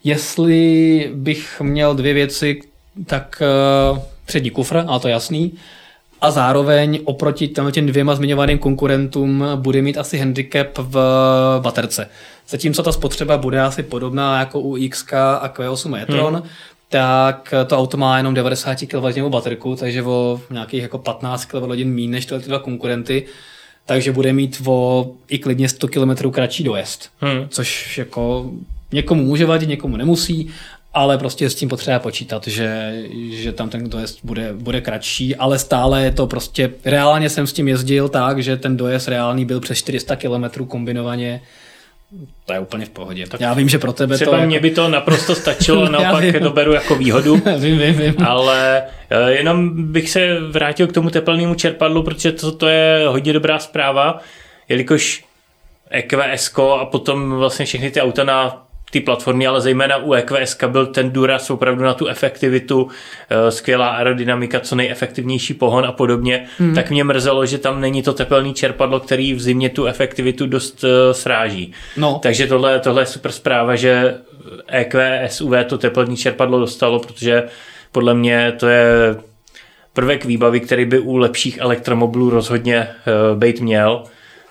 Jestli bych měl dvě věci, tak uh, přední kufr, ale to je jasný. A zároveň oproti těm dvěma zmiňovaným konkurentům bude mít asi handicap v baterce. Zatímco ta spotřeba bude asi podobná jako u X a Q osm e-tron, hmm. tak to auto má jenom devadesát kilowattů baterku, takže o nějakých jako patnáct kilowatthodin méně než tyhle dva konkurenty. Takže bude mít o i klidně sto kilometrů kratší dojezd. Hmm. Což jako někomu může vadit, někomu nemusí, ale prostě s tím potřeba počítat, že, že tam ten dojezd bude, bude kratší, ale stále je to prostě, reálně jsem s tím jezdil tak, že ten dojezd reálný byl přes čtyři sta kilometrů kombinovaně. To je úplně v pohodě. Tak já vím, že pro tebe třeba to... Třeba mě jako... by to naprosto stačilo, naopak to beru jako výhodu. vím, vím, vím. Ale jenom bych se vrátil k tomu tepelnému čerpadlu, protože to, to je hodně dobrá zpráva, jelikož E Q S a potom vlastně všechny ty auta na ty platformy, ale zejména u E Q S byl ten důraz opravdu na tu efektivitu, skvělá aerodynamika, co nejefektivnější pohon a podobně, hmm. tak mě mrzelo, že tam není to tepelné čerpadlo, který v zimě tu efektivitu dost sráží. No. Takže tohle, tohle je super zpráva, že E Q S U V to tepelné čerpadlo dostalo, protože podle mě to je prvek výbavy, který by u lepších elektromobilů rozhodně být měl.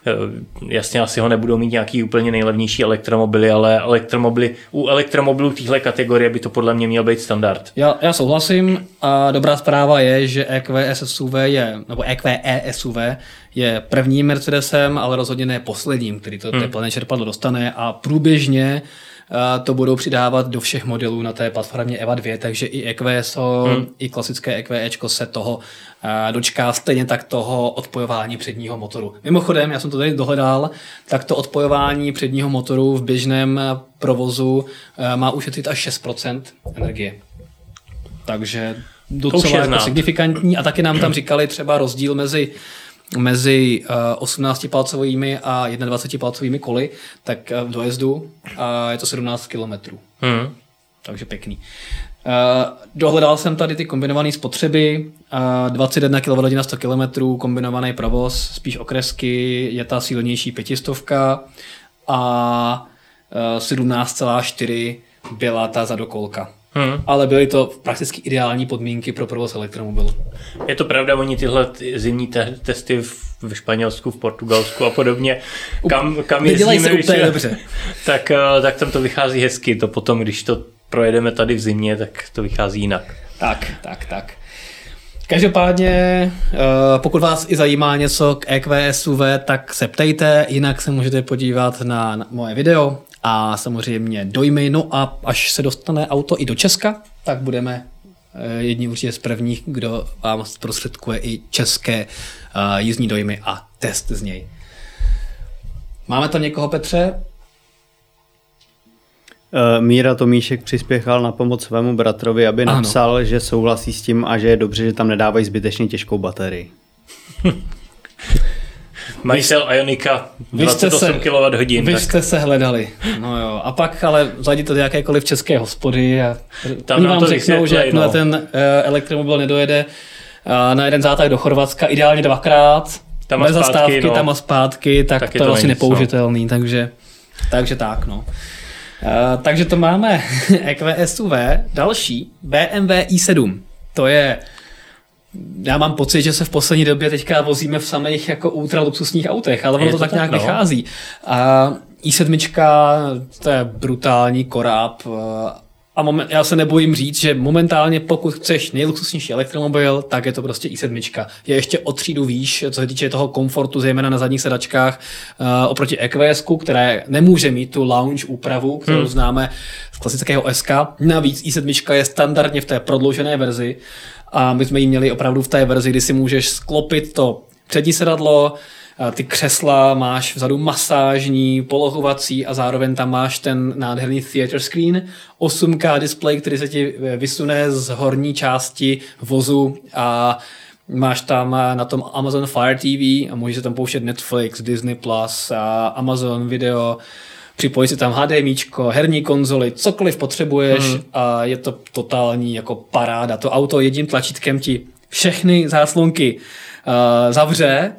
Jasně, asi ho nebudou mít nějaký úplně nejlevnější elektromobily, ale elektromobily, u elektromobilů téhle kategorie by to podle mě měl být standard. Já, já souhlasím a dobrá zpráva je, že E Q S S U V je, nebo E Q E S U V je prvním Mercedesem, ale rozhodně ne posledním, který to hmm. tepelné čerpadlo dostane a průběžně to budou přidávat do všech modelů na té platformě E V A dva, takže i E Q S O, hmm. i klasické E Q Ečko se toho dočká, stejně tak toho odpojování předního motoru. Mimochodem, já jsem to tady dohledal, tak to odpojování předního motoru v běžném provozu má ušetřit až šest procent energie. Takže docela jako signifikantní a taky nám tam říkali třeba rozdíl mezi mezi osmnáctipalcovými a dvacetipalcovými koly, tak v dojezdu a je to sedmnáct kilometrů. Hmm. Takže pěkný. Dohledal jsem tady ty kombinované spotřeby, dvacet jedna kilowatthodin na sto kilometrů, kombinovaný provoz, spíš okresky, je ta silnější pětistovka a sedmnáct celá čtyři byla ta zadokolka. Hmm. Ale byly to prakticky ideální podmínky pro provoz elektromobilu. Je to pravda, oni tyhle zimní te- testy v Španělsku, v Portugalsku a podobně, kam, kam jezdíme, když, dobře. Tak, tak tam to vychází hezky. To potom, když to projedeme tady v zimě, tak to vychází jinak. Tak, tak, tak. Každopádně, pokud vás i zajímá něco k E Q S U V, tak se ptejte, jinak se můžete podívat na, na moje video a samozřejmě dojmy. No a až se dostane auto i do Česka, tak budeme jedni určitě z prvních, kdo vám zprostředkuje i české jízdní dojmy a test z něj. Máme tam někoho, Petře? Míra Tomíšek přispěchal na pomoc svému bratrovi, aby ano. napsal, že souhlasí s tím a že je dobře, že tam nedávají zbytečně těžkou baterii. Majitel Ionika dvacet osm kilowatthodin. Vy tak. jste se hledali. No jo. A pak ale zajděte do jakékoliv české hospody a tam vám řeknou, že jakmile no. ten uh, elektromobil nedojede uh, na jeden zátah do Chorvatska, ideálně dvakrát, tam bez zastávky, no. tam a zpátky, tak, tak to je asi nepoužitelný. No. Takže, takže tak, no. Uh, takže to máme E Q S U V. Další, B M W i sedm. To je, já mám pocit, že se v poslední době teďka vozíme v samých jako ultraluxusních autech, ale ono to, to tak, tak nějak no. vychází. A i sedm, to je brutální koráb. A moment, já se nebojím říct, že momentálně pokud chceš nejluxusnější elektromobil, tak je to prostě i sedm. Je ještě o třídu výš, co se týče toho komfortu, zejména na zadních sedačkách, uh, oproti E Q S, které nemůže mít tu lounge úpravu, kterou hmm. známe z klasického S K. Navíc i sedm je standardně v té prodloužené verzi a my jsme ji měli opravdu v té verzi, kdy si můžeš sklopit to přední sedadlo, ty křesla, máš vzadu masážní, polohovací a zároveň tam máš ten nádherný theater screen, osm K display, který se ti vysune z horní části vozu a máš tam na tom Amazon Fire T V a můžeš se tam pouštět Netflix, Disney Plus, a Amazon Video, připojit si tam HDMIčko, herní konzoli, cokoliv potřebuješ hmm. a je to totální jako paráda. To auto jedním tlačítkem ti všechny záclonky uh, zavře,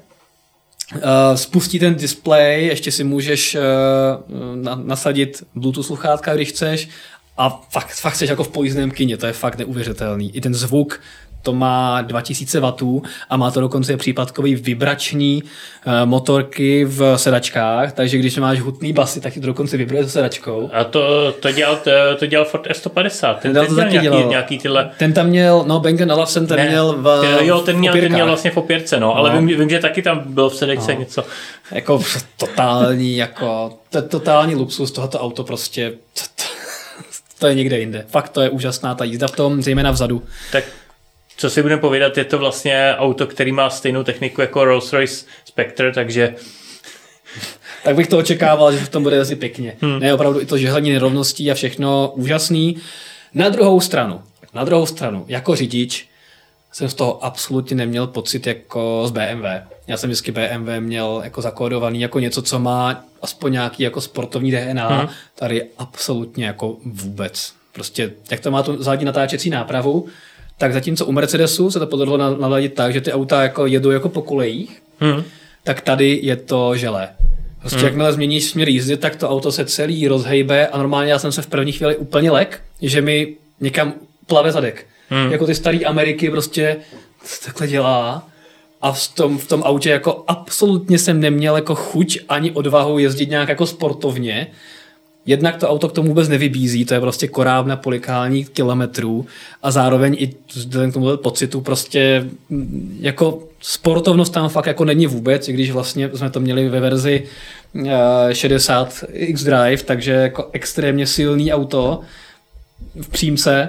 Uh, spustí ten display, ještě si můžeš uh, na, nasadit Bluetooth sluchátka, když chceš a fakt, fakt chceš jako v pojízdném kině, to je fakt neuvěřitelný. I ten zvuk, to má dva tisíce wattů a má to dokonce případkový vibrační uh, motorky v sedačkách, takže když máš hutný basy, tak ti to dokonce vibruje se sedačkou. A to, to, dělal, to, to dělal Ford S sto padesát, ten, ten, ten, taky nějaký, dělal. nějaký tyhle... Ten tam měl, no Bang and Olufsen ten ne, měl v Jo, ten měl, v ten měl vlastně v opěrce, no, ale no. Vím, vím, že taky tam byl v sedačce no. něco. Jako totální, jako to, totální luxus tohoto auto prostě, to, to, to je někde jinde. Fakt to je úžasná ta jízda v tom, zejména vzadu. Tak co si budeme povědat, je to vlastně auto, který má stejnou techniku jako Rolls-Royce Spectre, takže... Tak bych to očekával, že v tom bude asi pěkně. Hmm. Ne, opravdu i to žehlení nerovností a všechno úžasný. Na druhou stranu, na druhou stranu, jako řidič jsem z toho absolutně neměl pocit jako z B M W. Já jsem vždycky B M W měl jako zakódovaný jako něco, co má aspoň nějaký jako sportovní D N A. Hmm. Tady absolutně jako vůbec. Prostě, jak to má tu zadní natáčecí nápravu, tak zatímco u Mercedesu se to podařilo naladit tak, že ty auta jako jedou jako po kolejích, hmm. tak tady je to želé. Prostě hmm. jakmile změníš směr jízdy, tak to auto se celý rozhejbe a normálně já jsem se v první chvíli úplně lek, že mi někam plave zadek. Hmm. Jako ty starý Ameriky prostě takhle dělá a v tom, v tom autě jako absolutně jsem neměl jako chuť ani odvahu jezdit nějak jako sportovně. Jednak to auto k tomu vůbec nevybízí, to je prostě koráb na polikání kilometrů a zároveň i k tomu pocitu prostě jako sportovnost tam fakt jako není vůbec, i když vlastně jsme to měli ve verzi šedesát X-Drive, takže jako extrémně silný auto v přímce,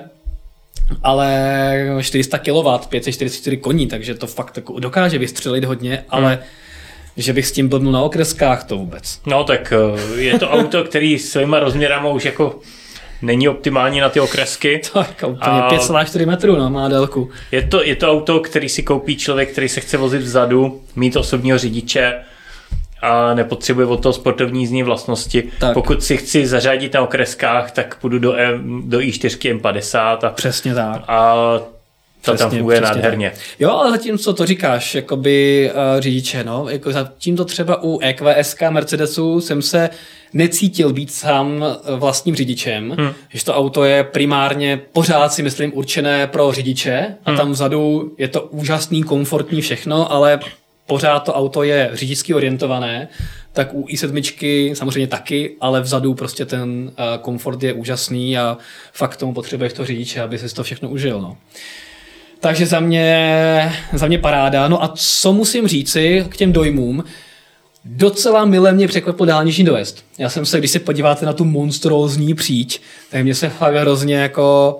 ale čtyři sta kilowattů, pět set čtyřicet čtyři koní, takže to fakt jako dokáže vystřelit hodně, ale hmm. že bych s tím blbnul na okreskách, to vůbec. No tak je to auto, který svýma rozměrama už jako není optimální na ty okresky. To je úplně pět celá čtyři metru, no, má délku. Je to, je to auto, který si koupí člověk, který se chce vozit vzadu, mít osobního řidiče a nepotřebuje od toho sportovní jízdní vlastnosti. Tak. Pokud si chci zařadit na okreskách, tak půjdu do, e, do i čtyři M padesát. A, přesně tak. A to tam funguje nádherně. Tak. Jo, ale zatímco to říkáš, jakoby uh, řidiče, no, jako zatímco třeba u E Q S Mercedesu jsem se necítil být sám vlastním řidičem, hmm. že to auto je primárně pořád si myslím určené pro řidiče a hmm. tam vzadu je to úžasný, komfortní všechno, ale pořád to auto je řidičsky orientované, tak u i sedm samozřejmě taky, ale vzadu prostě ten uh, komfort je úžasný a fakt tomu potřebuješ to řidiče, aby si to všechno užil, no. Takže za mě, za mě paráda. No a co musím říci k těm dojmům, docela mile mě překvapil dálniční dojezd. Já jsem se, když se podíváte na tu monstrózní příč, tak mě se fakt hrozně jako...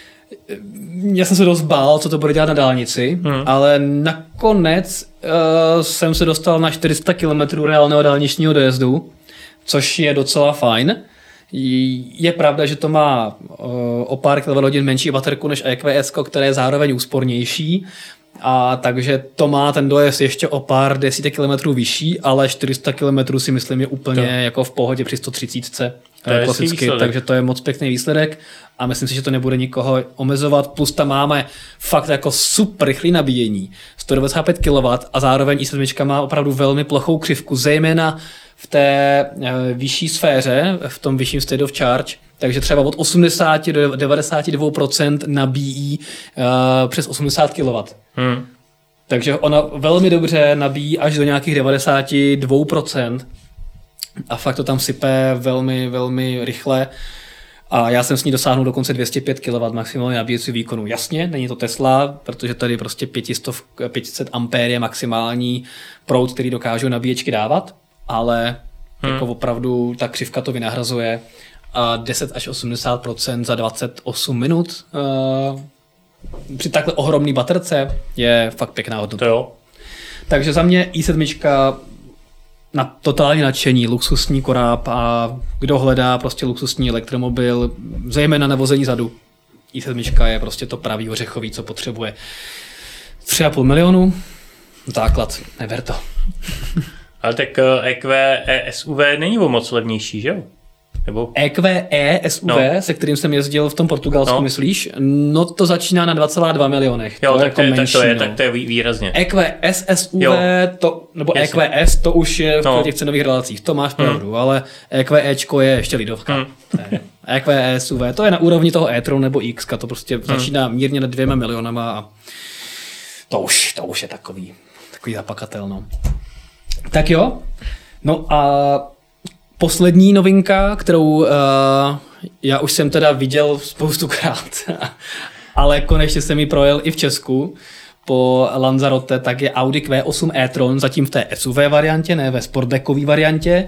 Já jsem se dost bál, co to bude dělat na dálnici, hmm. ale nakonec uh, jsem se dostal na čtyři sta kilometrů reálného dálničního dojezdu, což je docela fajn. Je pravda, že to má uh, o pár kilowatthodin menší baterku než E Q S, které je zároveň úspornější, a takže to má ten dojezd ještě o pár desítek kilometrů vyšší, ale čtyři sta kilometrů si myslím je úplně to. jako v pohodě při sto třicet klasicky, takže to je moc pěkný výsledek a myslím si, že to nebude nikoho omezovat, plus tam máme fakt jako super rychlý nabíjení, sto devadesát pět kilowattů a zároveň i sedm má opravdu velmi plochou křivku, zejména v té vyšší sféře, v tom vyšším state of charge, takže třeba od osmdesát do devadesát dva procent nabíjí uh, přes osmdesát kilowattů. Hmm. Takže ona velmi dobře nabíjí až do nějakých devadesát dva procent a fakt to tam sype velmi, velmi rychle. A já jsem s ní dosáhnul dokonce dvě stě pět kilowattů maximálně nabíjecí výkonu. Jasně, není to Tesla, protože tady prostě pět set ampér je maximální proud, který dokážou nabíječky dávat, ale hmm. jako opravdu ta křivka to vynahrazuje a deset až osmdesát procent za dvacet osm minut uh, při takhle ohromný baterce je fakt pěkná hodnota. Jo. Takže za mě i sedm na totální nadšení, luxusní koráb a kdo hledá prostě luxusní elektromobil, zejména na vození zadu, i sedm je prostě to pravý ořechový, co potřebuje. tři a půl milionu, základ, neber to. Ale tak E Q E S U V není o moc levnější, že jo? Nebo... E Q E S U V, no. se kterým jsem jezdil v tom Portugalsku, no. myslíš? No to začíná na dva celá dva milionech. Jo, to tak, jako to je, menší, tak to je, no. tak to je výrazně. E Q S S U V, to, nebo Jasně. E Q S, to už je v no. těch cenových relacích, to máš pravdu, hmm. ale E Q Ečko je ještě lidovka. Hmm. E Q E S U V, to je na úrovni toho e-tron nebo X, to prostě hmm. začíná mírně nad dvěma milionama a to už, to už je takový, takový zapakatel, no. Tak jo, no a poslední novinka, kterou uh, já už jsem teda viděl spoustukrát, ale konečně jsem ji projel i v Česku po Lanzarote, tak je Audi Q osm e-tron, zatím v té S U V variantě, ne ve sportbackové variantě.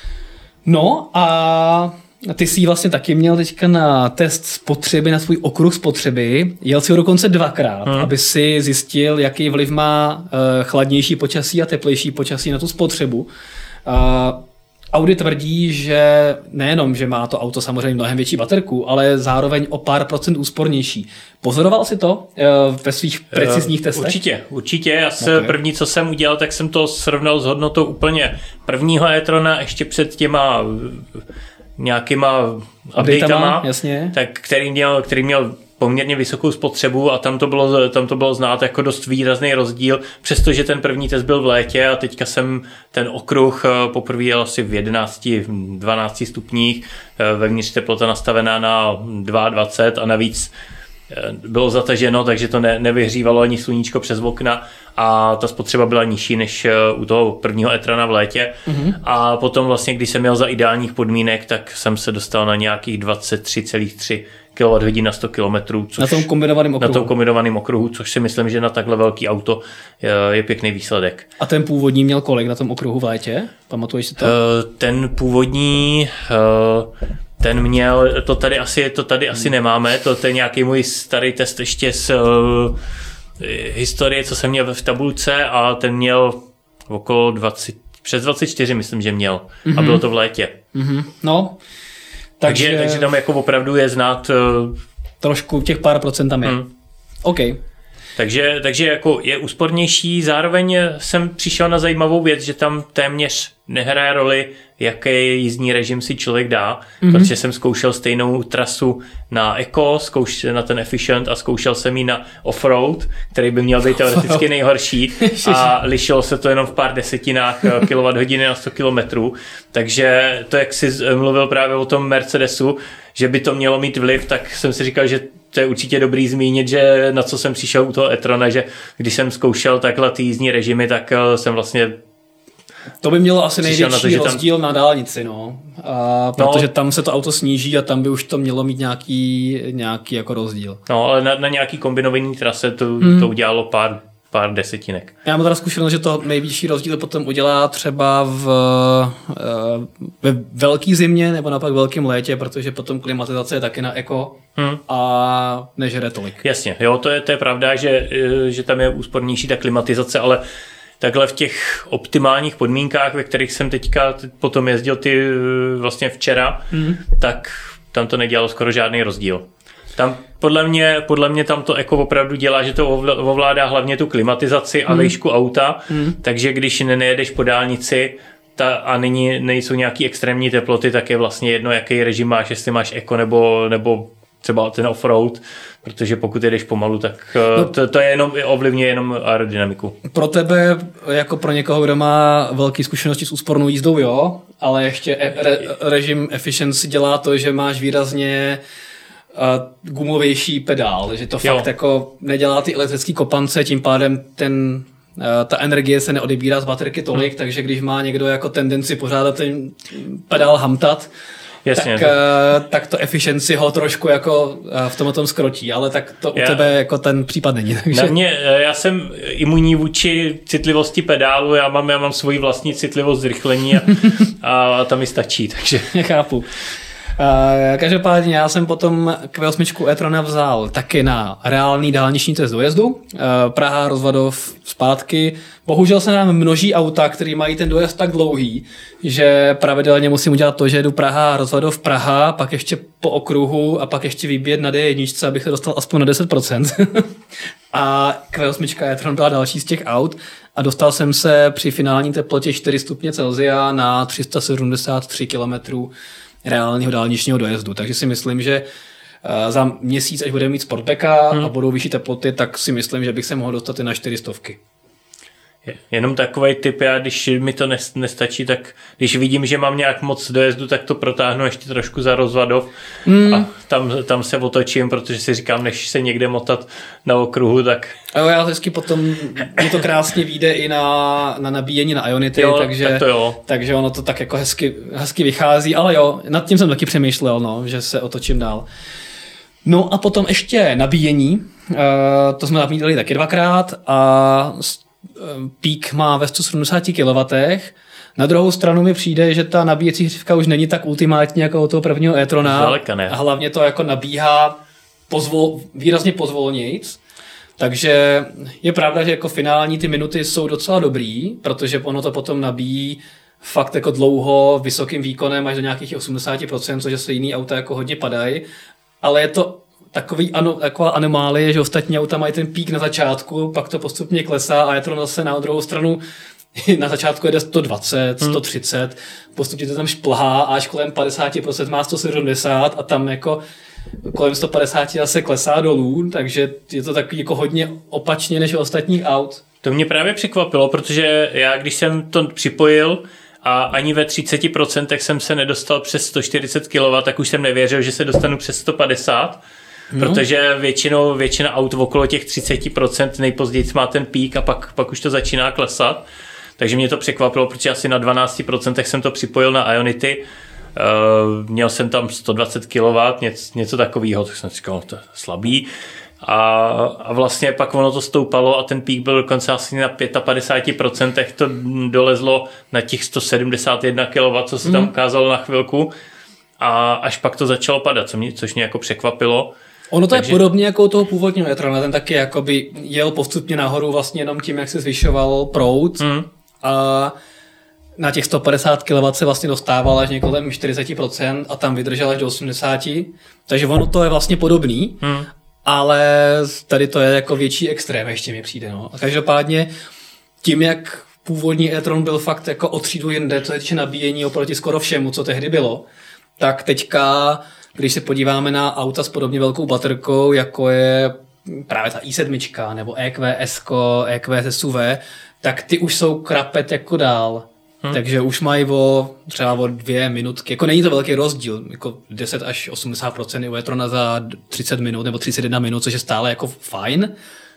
No a ty jsi vlastně taky měl teďka na test spotřeby, na svůj okruh spotřeby. Jel si ho dokonce dvakrát, hmm. aby si zjistil, jaký vliv má uh, chladnější počasí a teplejší počasí na tu spotřebu. Uh, Audi tvrdí, že nejenom, že má to auto samozřejmě mnohem větší baterku, ale zároveň o pár procent úspornější. Pozoroval jsi to uh, ve svých precizních testech? Určitě, určitě. Já se okay. první, co jsem udělal, tak jsem to srovnal s hodnotou úplně prvního e-trona, ještě před těma nějakýma updatama, jasně. Tak který měl, který měl poměrně vysokou spotřebu a tam to bylo, tam to bylo znát jako dost výrazný rozdíl, přestože ten první test byl v létě a teďka jsem ten okruh poprvé jel asi v jedenácti dvanácti stupních, vevnitř teplota nastavená na dvacet dva a navíc bylo zataženo, takže to ne, nevyhřívalo ani sluníčko přes okna a ta spotřeba byla nižší než u toho prvního e-trona v létě. Mm-hmm. A potom vlastně, když jsem měl za ideálních podmínek, tak jsem se dostal na nějakých dvacet tři celá tři kilowatthodin na sto kilometrů. Na tom kombinovaném okruhu. Na tom kombinovaném okruhu, což si myslím, že na takhle velký auto je, je pěkný výsledek. A ten původní měl kolik na tom okruhu v létě? Pamatuješ si to? Uh, ten původní... Uh, Ten měl, to tady asi, to tady asi nemáme, to, to je nějaký můj starý test ještě z uh, historie, co jsem měl v tabulce a ten měl okolo dvacet, přes dvacet čtyři myslím, že měl mm-hmm. a bylo to v létě. Mm-hmm. No, Takže, takže, takže tam jako opravdu je znát... Uh... Trošku těch pár procent tam je. Hmm. OK. Takže, takže jako je úspornější, zároveň jsem přišel na zajímavou věc, že tam téměř nehraje roli, jaký jízdní režim si člověk dá, mm-hmm. protože jsem zkoušel stejnou trasu na Eco, zkoušel na ten Efficient a zkoušel jsem ji na Offroad, který by měl být teoreticky nejhorší a lišilo se to jenom v pár desetinách kilowatthodiny na sto kilometrů, takže to, jak jsi mluvil právě o tom Mercedesu, že by to mělo mít vliv, tak jsem si říkal, že to je určitě dobrý zmínit, že na co jsem přišel u toho e-trona, že když jsem zkoušel takhle ty jízdní režimy, tak jsem vlastně to by mělo asi největší na to, rozdíl tam... na dálnici, no. A protože no. tam se to auto sníží a tam by už to mělo mít nějaký, nějaký jako rozdíl. No, ale na, na nějaký kombinovaný trase to, hmm. to udělalo pár, pár desetinek. Já mám teda zkušenost, že to největší rozdíl potom udělá třeba v, ve velký zimě nebo naopak velkém létě, protože potom klimatizace je taky na eko hmm. a nežere tolik. Jasně, jo, to je, to je pravda, že, že tam je úspornější ta klimatizace, ale takhle v těch optimálních podmínkách, ve kterých jsem teďka potom jezdil ty vlastně včera, mm. tak tam to nedělalo skoro žádný rozdíl. Tam podle mě, podle mě tam to eko opravdu dělá, že to ovládá hlavně tu klimatizaci a mm. výšku auta, mm. takže když nejedeš po dálnici ta, a není, nejsou nějaký extrémní teploty, tak je vlastně jedno, jaký režim máš, jestli máš eko nebo, nebo třeba ten offroad, protože pokud jedeš pomalu, tak no, to, to je jenom, ovlivňuje jenom aerodynamiku. Pro tebe, jako pro někoho, kdo má velké zkušenosti s úspornou jízdou, jo, ale ještě e- re- režim efficiency dělá to, že máš výrazně uh, gumovější pedál, že to fakt jo. jako nedělá ty elektrické kopance, tím pádem ten uh, ta energie se neodebírá z baterky tolik, hmm. takže když má někdo jako tendenci pořádat ten pedál hamtat, Jasně, tak, uh, tak to efficiency ho trošku jako uh, v tomhle tom skrotí, ale tak to u já, tebe jako ten případ není. Takže... Na mě, já jsem imunní vůči citlivosti pedálu, já mám, já mám svoji vlastní citlivost zrychlení a, a ta mi stačí. Takže... Chápu. Uh, každopádně já jsem potom Q osm e-trona vzal taky na reálný dálniční test dojezdu. Uh, Praha, Rozvadov, zpátky. Bohužel se nám množí auta, který mají ten dojezd tak dlouhý, že pravidelně musím udělat to, že jedu Praha, Rozvadov, Praha, pak ještě po okruhu a pak ještě vybíjet na D jedna, abych se dostal aspoň na deset procent. A Q osm e-tron byla další z těch aut a dostal jsem se při finální teplotě čtyři stupně Celsia na tři sta sedmdesát tři kilometrů reálního dálničního dojezdu. Takže si myslím, že za měsíc, až budeme mít Sportbacka hmm. a budou vyšší teploty, tak si myslím, že bych se mohl dostat i na čtyři stovky. Jenom takovej tip, já když mi to nestačí, tak když vidím, že mám nějak moc dojezdu, tak to protáhnu ještě trošku za Rozvadov mm. a tam, tam se otočím, protože si říkám, než se někde motat na okruhu, tak... A jo, já vždycky potom, mě to krásně vyjde i na, na nabíjení na Ionity, jo, takže, tak to jo. takže ono to tak jako hezky, hezky vychází, ale jo, nad tím jsem taky přemýšlel, no, že se otočím dál. No a potom ještě nabíjení, uh, to jsme nabíjeli taky dvakrát a pík má ve sto sedmdesát kilowattů. Na druhou stranu mi přijde, že ta nabíjecí hřivka už není tak ultimátní jako u toho prvního e-trona. A hlavně to jako nabíhá pozvol, výrazně pozvolnějc. Takže je pravda, že jako finální ty minuty jsou docela dobrý, protože ono to potom nabíjí fakt jako dlouho, vysokým výkonem až do nějakých osmdesát procent, což se jiný auta jako hodně padají. Ale je to takový ano, taková anomálie, že ostatní auta mají ten pík na začátku, pak to postupně klesá a je to zase na druhou stranu na začátku jede sto dvacet, sto třicet, hmm. postupně to tam šplhá a až kolem padesát procent má sto sedmdesát a tam jako kolem sto padesát zase klesá dolů, takže je to takový jako hodně opačně než u ostatních aut. To mě právě překvapilo, protože já když jsem to připojil a ani ve třicet procent jsem se nedostal přes sto čtyřicet kilowattů, tak už jsem nevěřil, že se dostanu přes sto padesát. No. Protože většinou, většina aut okolo těch třicet procent nejpozději má ten pík a pak, pak už to začíná klesat. Takže mě to překvapilo, protože asi na dvanáct procent jsem to připojil na Ionity. Uh, měl jsem tam sto dvacet kilowattů, něco, něco takového, tak jsem říkal, to je slabý. A, a vlastně pak ono to stoupalo a ten pík byl dokonce asi na padesát pět procent, to dolezlo na těch sto sedmdesát jedna kilowattů, co se tam ukázalo na chvilku. A až pak to začalo padat, co mě, což mě jako překvapilo. Ono to Takže... je podobně jako u toho původního e-trona, ten taky jakoby jel postupně nahoru vlastně jenom tím, jak se zvyšoval proud. Hmm. A na těch sto padesát kilowattů se vlastně dostával až několem čtyřicet procent a tam vydržel až do osmdesát procent, takže ono to je vlastně podobný, hmm. ale tady to je jako větší extrém, ještě mi přijde. No. A každopádně tím, jak původní e-tron byl fakt jako o třídu jinde, co je týče nabíjení oproti skoro všemu, co tehdy bylo, tak teďka, když se podíváme na auta s podobně velkou baterkou, jako je právě ta i sedm nebo E Q S, E Q S S U V, tak ty už jsou krapet jako dál. Hmm. Takže už mají o třeba o dvě minutky. Jako není to velký rozdíl. Jako deset až osmdesát procent u e-trona za třicet minut nebo třicet jedna minut, což je stále jako fajn.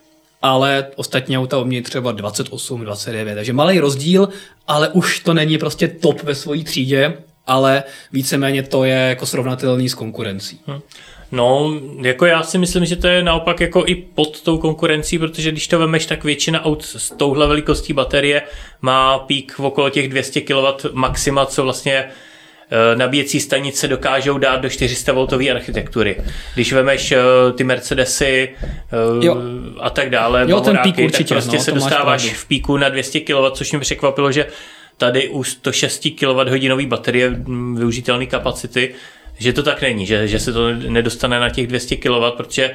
Ale ostatní auta umějí třeba dvacet osm, dvacet devět. Takže malý rozdíl, ale už to není prostě top ve své třídě, ale víceméně to je jako srovnatelný s konkurencí. Hmm. No, jako já si myslím, že to je naopak jako i pod tou konkurencí, protože když to vemeš, tak většina aut s touhle velikostí baterie má pík v okolo těch dvě stě kilowattů maxima, co vlastně e, nabíjecí stanice dokážou dát do čtyři sta voltové architektury. Když vemeš e, ty Mercedesy e, a tak dále, jo, ten pík určitě, tak prostě no, se dostáváš v píku na dvě stě kilowattů, což mě překvapilo, že tady u sto šest kilowatthodin baterie využitelné kapacity, že to tak není, že, že se to nedostane na těch dvě stě kilowattů, protože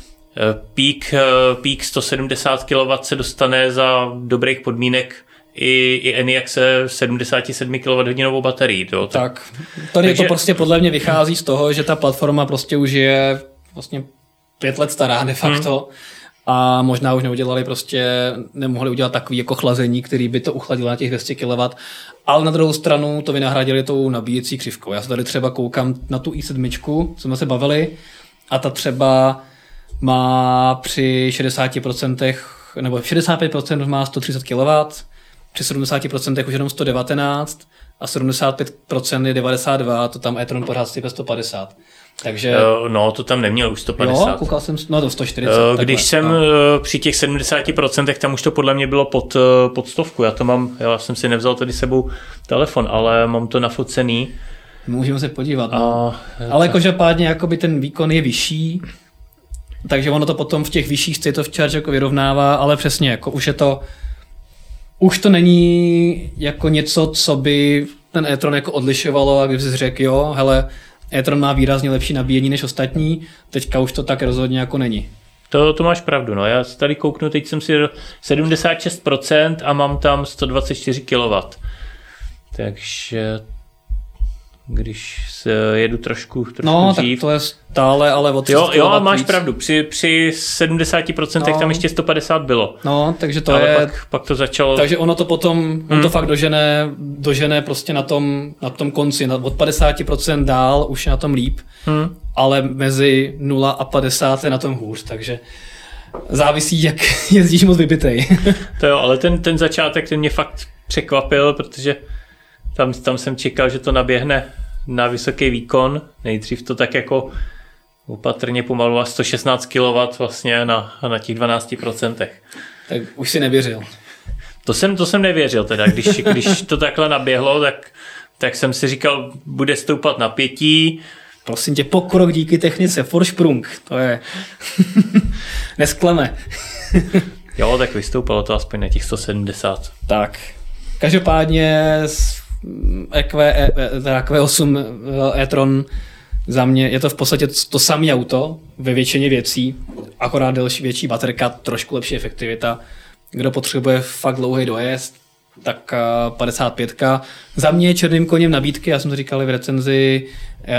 pík, pík sto sedmdesát kilowattů se dostane za dobrých podmínek i, i Enyaq se sedmdesát sedm kilowatthodin baterií. Jo. Tak, tady Takže... to prostě podle mě vychází z toho, že ta platforma prostě už je vlastně pět let stará de facto. Hmm. A možná už neudělali prostě, nemohli udělat takový jako chlazení, který by to uchladilo na těch dvě stě kilowattů, ale na druhou stranu to vynahradili tou nabíjecí křivkou. Já se tady třeba koukám na tu i sedm, jsme se bavili, a ta třeba má při šedesáti procentech, nebo šedesát pět procent má sto třicet kilowattů, při sedmdesáti procentech už jenom sto devatenáct a sedmdesát pět procent je devadesát dva, to tam e-tron pořád sype sto padesát. Takže... No, to tam neměl už sto padesát. Jo, koukal jsem, no to sto čtyřicet. Když takhle, jsem no. při těch sedmdesáti procentech, tam už to podle mě bylo pod, pod stovku. Já to mám, já jsem si nevzal tady sebou telefon, ale mám to nafocený. Můžeme se podívat. No. A, ale každopádně jakoby ten výkon je vyšší, takže ono to potom v těch vyšších state of charge jako vyrovnává, ale přesně, jako už je to, už to není jako něco, co by ten e-tron jako odlišovalo a kdyby si řekl, jo, hele, e-tron má výrazně lepší nabíjení než ostatní, teďka už to tak rozhodně jako není. To, to máš pravdu, no. Já tady kouknu, teď jsem si sedmdesát šest procent a mám tam sto dvacet čtyři kilowattů. Takže když se jedu trošku, trošku no, dřív. Tak to je stále, ale od Jo, jo, máš víc. Pravdu, při, při sedmdesáti procentech no. tam ještě sto padesát bylo. No, takže to ale je... Pak, pak to začalo... Takže ono to potom, hmm. on to fakt dožene, dožene prostě na tom, na tom konci. Od padesáti procent dál už je na tom líp, hmm. ale mezi nula a padesát je na tom hůř, takže závisí, jak jezdíš moc vybitej. To jo, ale ten, ten začátek, ten mě fakt překvapil, protože tam, tam jsem čekal, že to naběhne na vysoký výkon. Nejdřív to tak jako opatrně pomalu a sto šestnáct kilowattů vlastně na, na těch dvanácti procentech. Tak už si nevěřil. To jsem, to jsem nevěřil teda. Když, když to takhle naběhlo, tak, tak jsem si říkal, bude stoupat napětí. Prosím tě, pokrok díky technice, Vorsprung, to je... Neskleme. Jo, tak vystoupalo to aspoň na těch sto sedmdesát. Tak, každopádně E Q osm e-tron za mě je to v podstatě to samé auto ve většině věcí, akorát delší, větší baterka, trošku lepší efektivita. Kdo potřebuje fakt dlouhý dojezd, tak padesát pět. Za mě je černým koněm nabídky, já jsem to říkal v recenzi,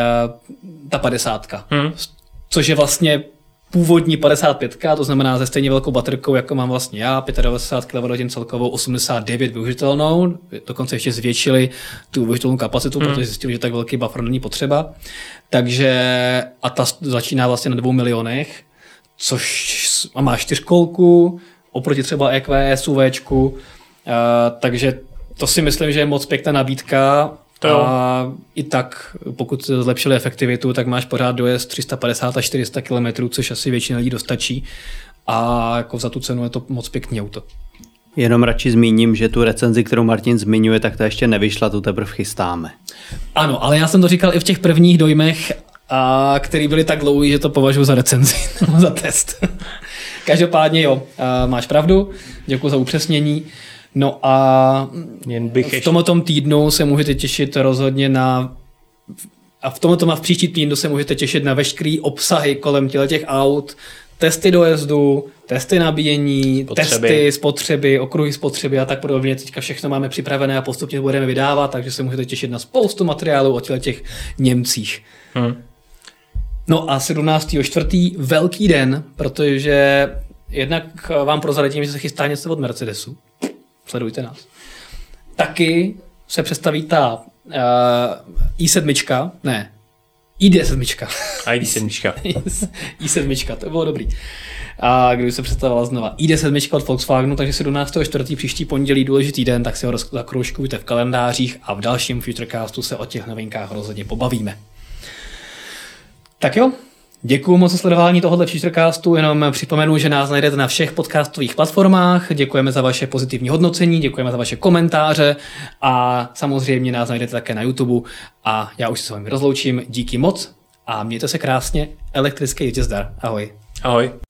ta padesátka. Hmm. Což je vlastně původní padesát pět, to znamená se stejně velkou baterkou, jako mám vlastně já, devadesát pět kilowatthodin celkovou, osmdesát devět využitelnou, dokonce ještě zvětšili tu využitelnou kapacitu, hmm. protože zjistili, že tak velký buffer není potřeba. Takže a ta začíná vlastně na dvou milionech, což a má čtyřkolku, oproti třeba E Q S, UVčku, uh, takže to si myslím, že je moc pěkná nabídka. To a i tak, pokud zlepšili efektivitu, tak máš pořád dojezd tři sta padesát až čtyři sta kilometrů, což asi většina lidí dostačí. A jako za tu cenu je to moc pěkný auto. Jenom radši zmíním, že tu recenzi, kterou Martin zmiňuje, tak to ještě nevyšla, tu teprve chystáme. Ano, ale já jsem to říkal i v těch prvních dojmech, a který byly tak dlouhý, že to považuji za recenzi, za test. Každopádně jo, máš pravdu, děkuji za upřesnění. No a Jen bych v tomto týdnu se můžete těšit rozhodně na a v tomto a v příští týdnu se můžete těšit na veškerý obsahy kolem těch aut, testy dojezdu, testy nabíjení, spotřeby. testy spotřeby, okruhy spotřeby a tak podobně. Teďka všechno máme připravené a postupně budeme vydávat, takže se můžete těšit na spoustu materiálů o těch Němcích. Hmm. No a sedmnáctého čtvrtého velký den, protože jednak vám prozradím, že se chystá něco od Mercedesu. Sledujte nás. Taky se představí ta uh, i sedm, ne, I D sedm. I D sedm. I sedm, to bylo dobrý. A kdyby se představila znova I D sedm od Volkswagenu, takže sedmnáctého čtvrtého příští pondělí důležitý den, tak si ho zakroužkujte v kalendářích a v dalším Futurecastu se o těch novinkách rozhodně pobavíme. Tak jo, děkuju moc za sledování tohohle Futurecastu, jenom připomenu, že nás najdete na všech podcastových platformách, děkujeme za vaše pozitivní hodnocení, děkujeme za vaše komentáře a samozřejmě nás najdete také na YouTube a já už se s vámi rozloučím, díky moc a mějte se krásně, elektrický jízdě zdar, ahoj. Ahoj.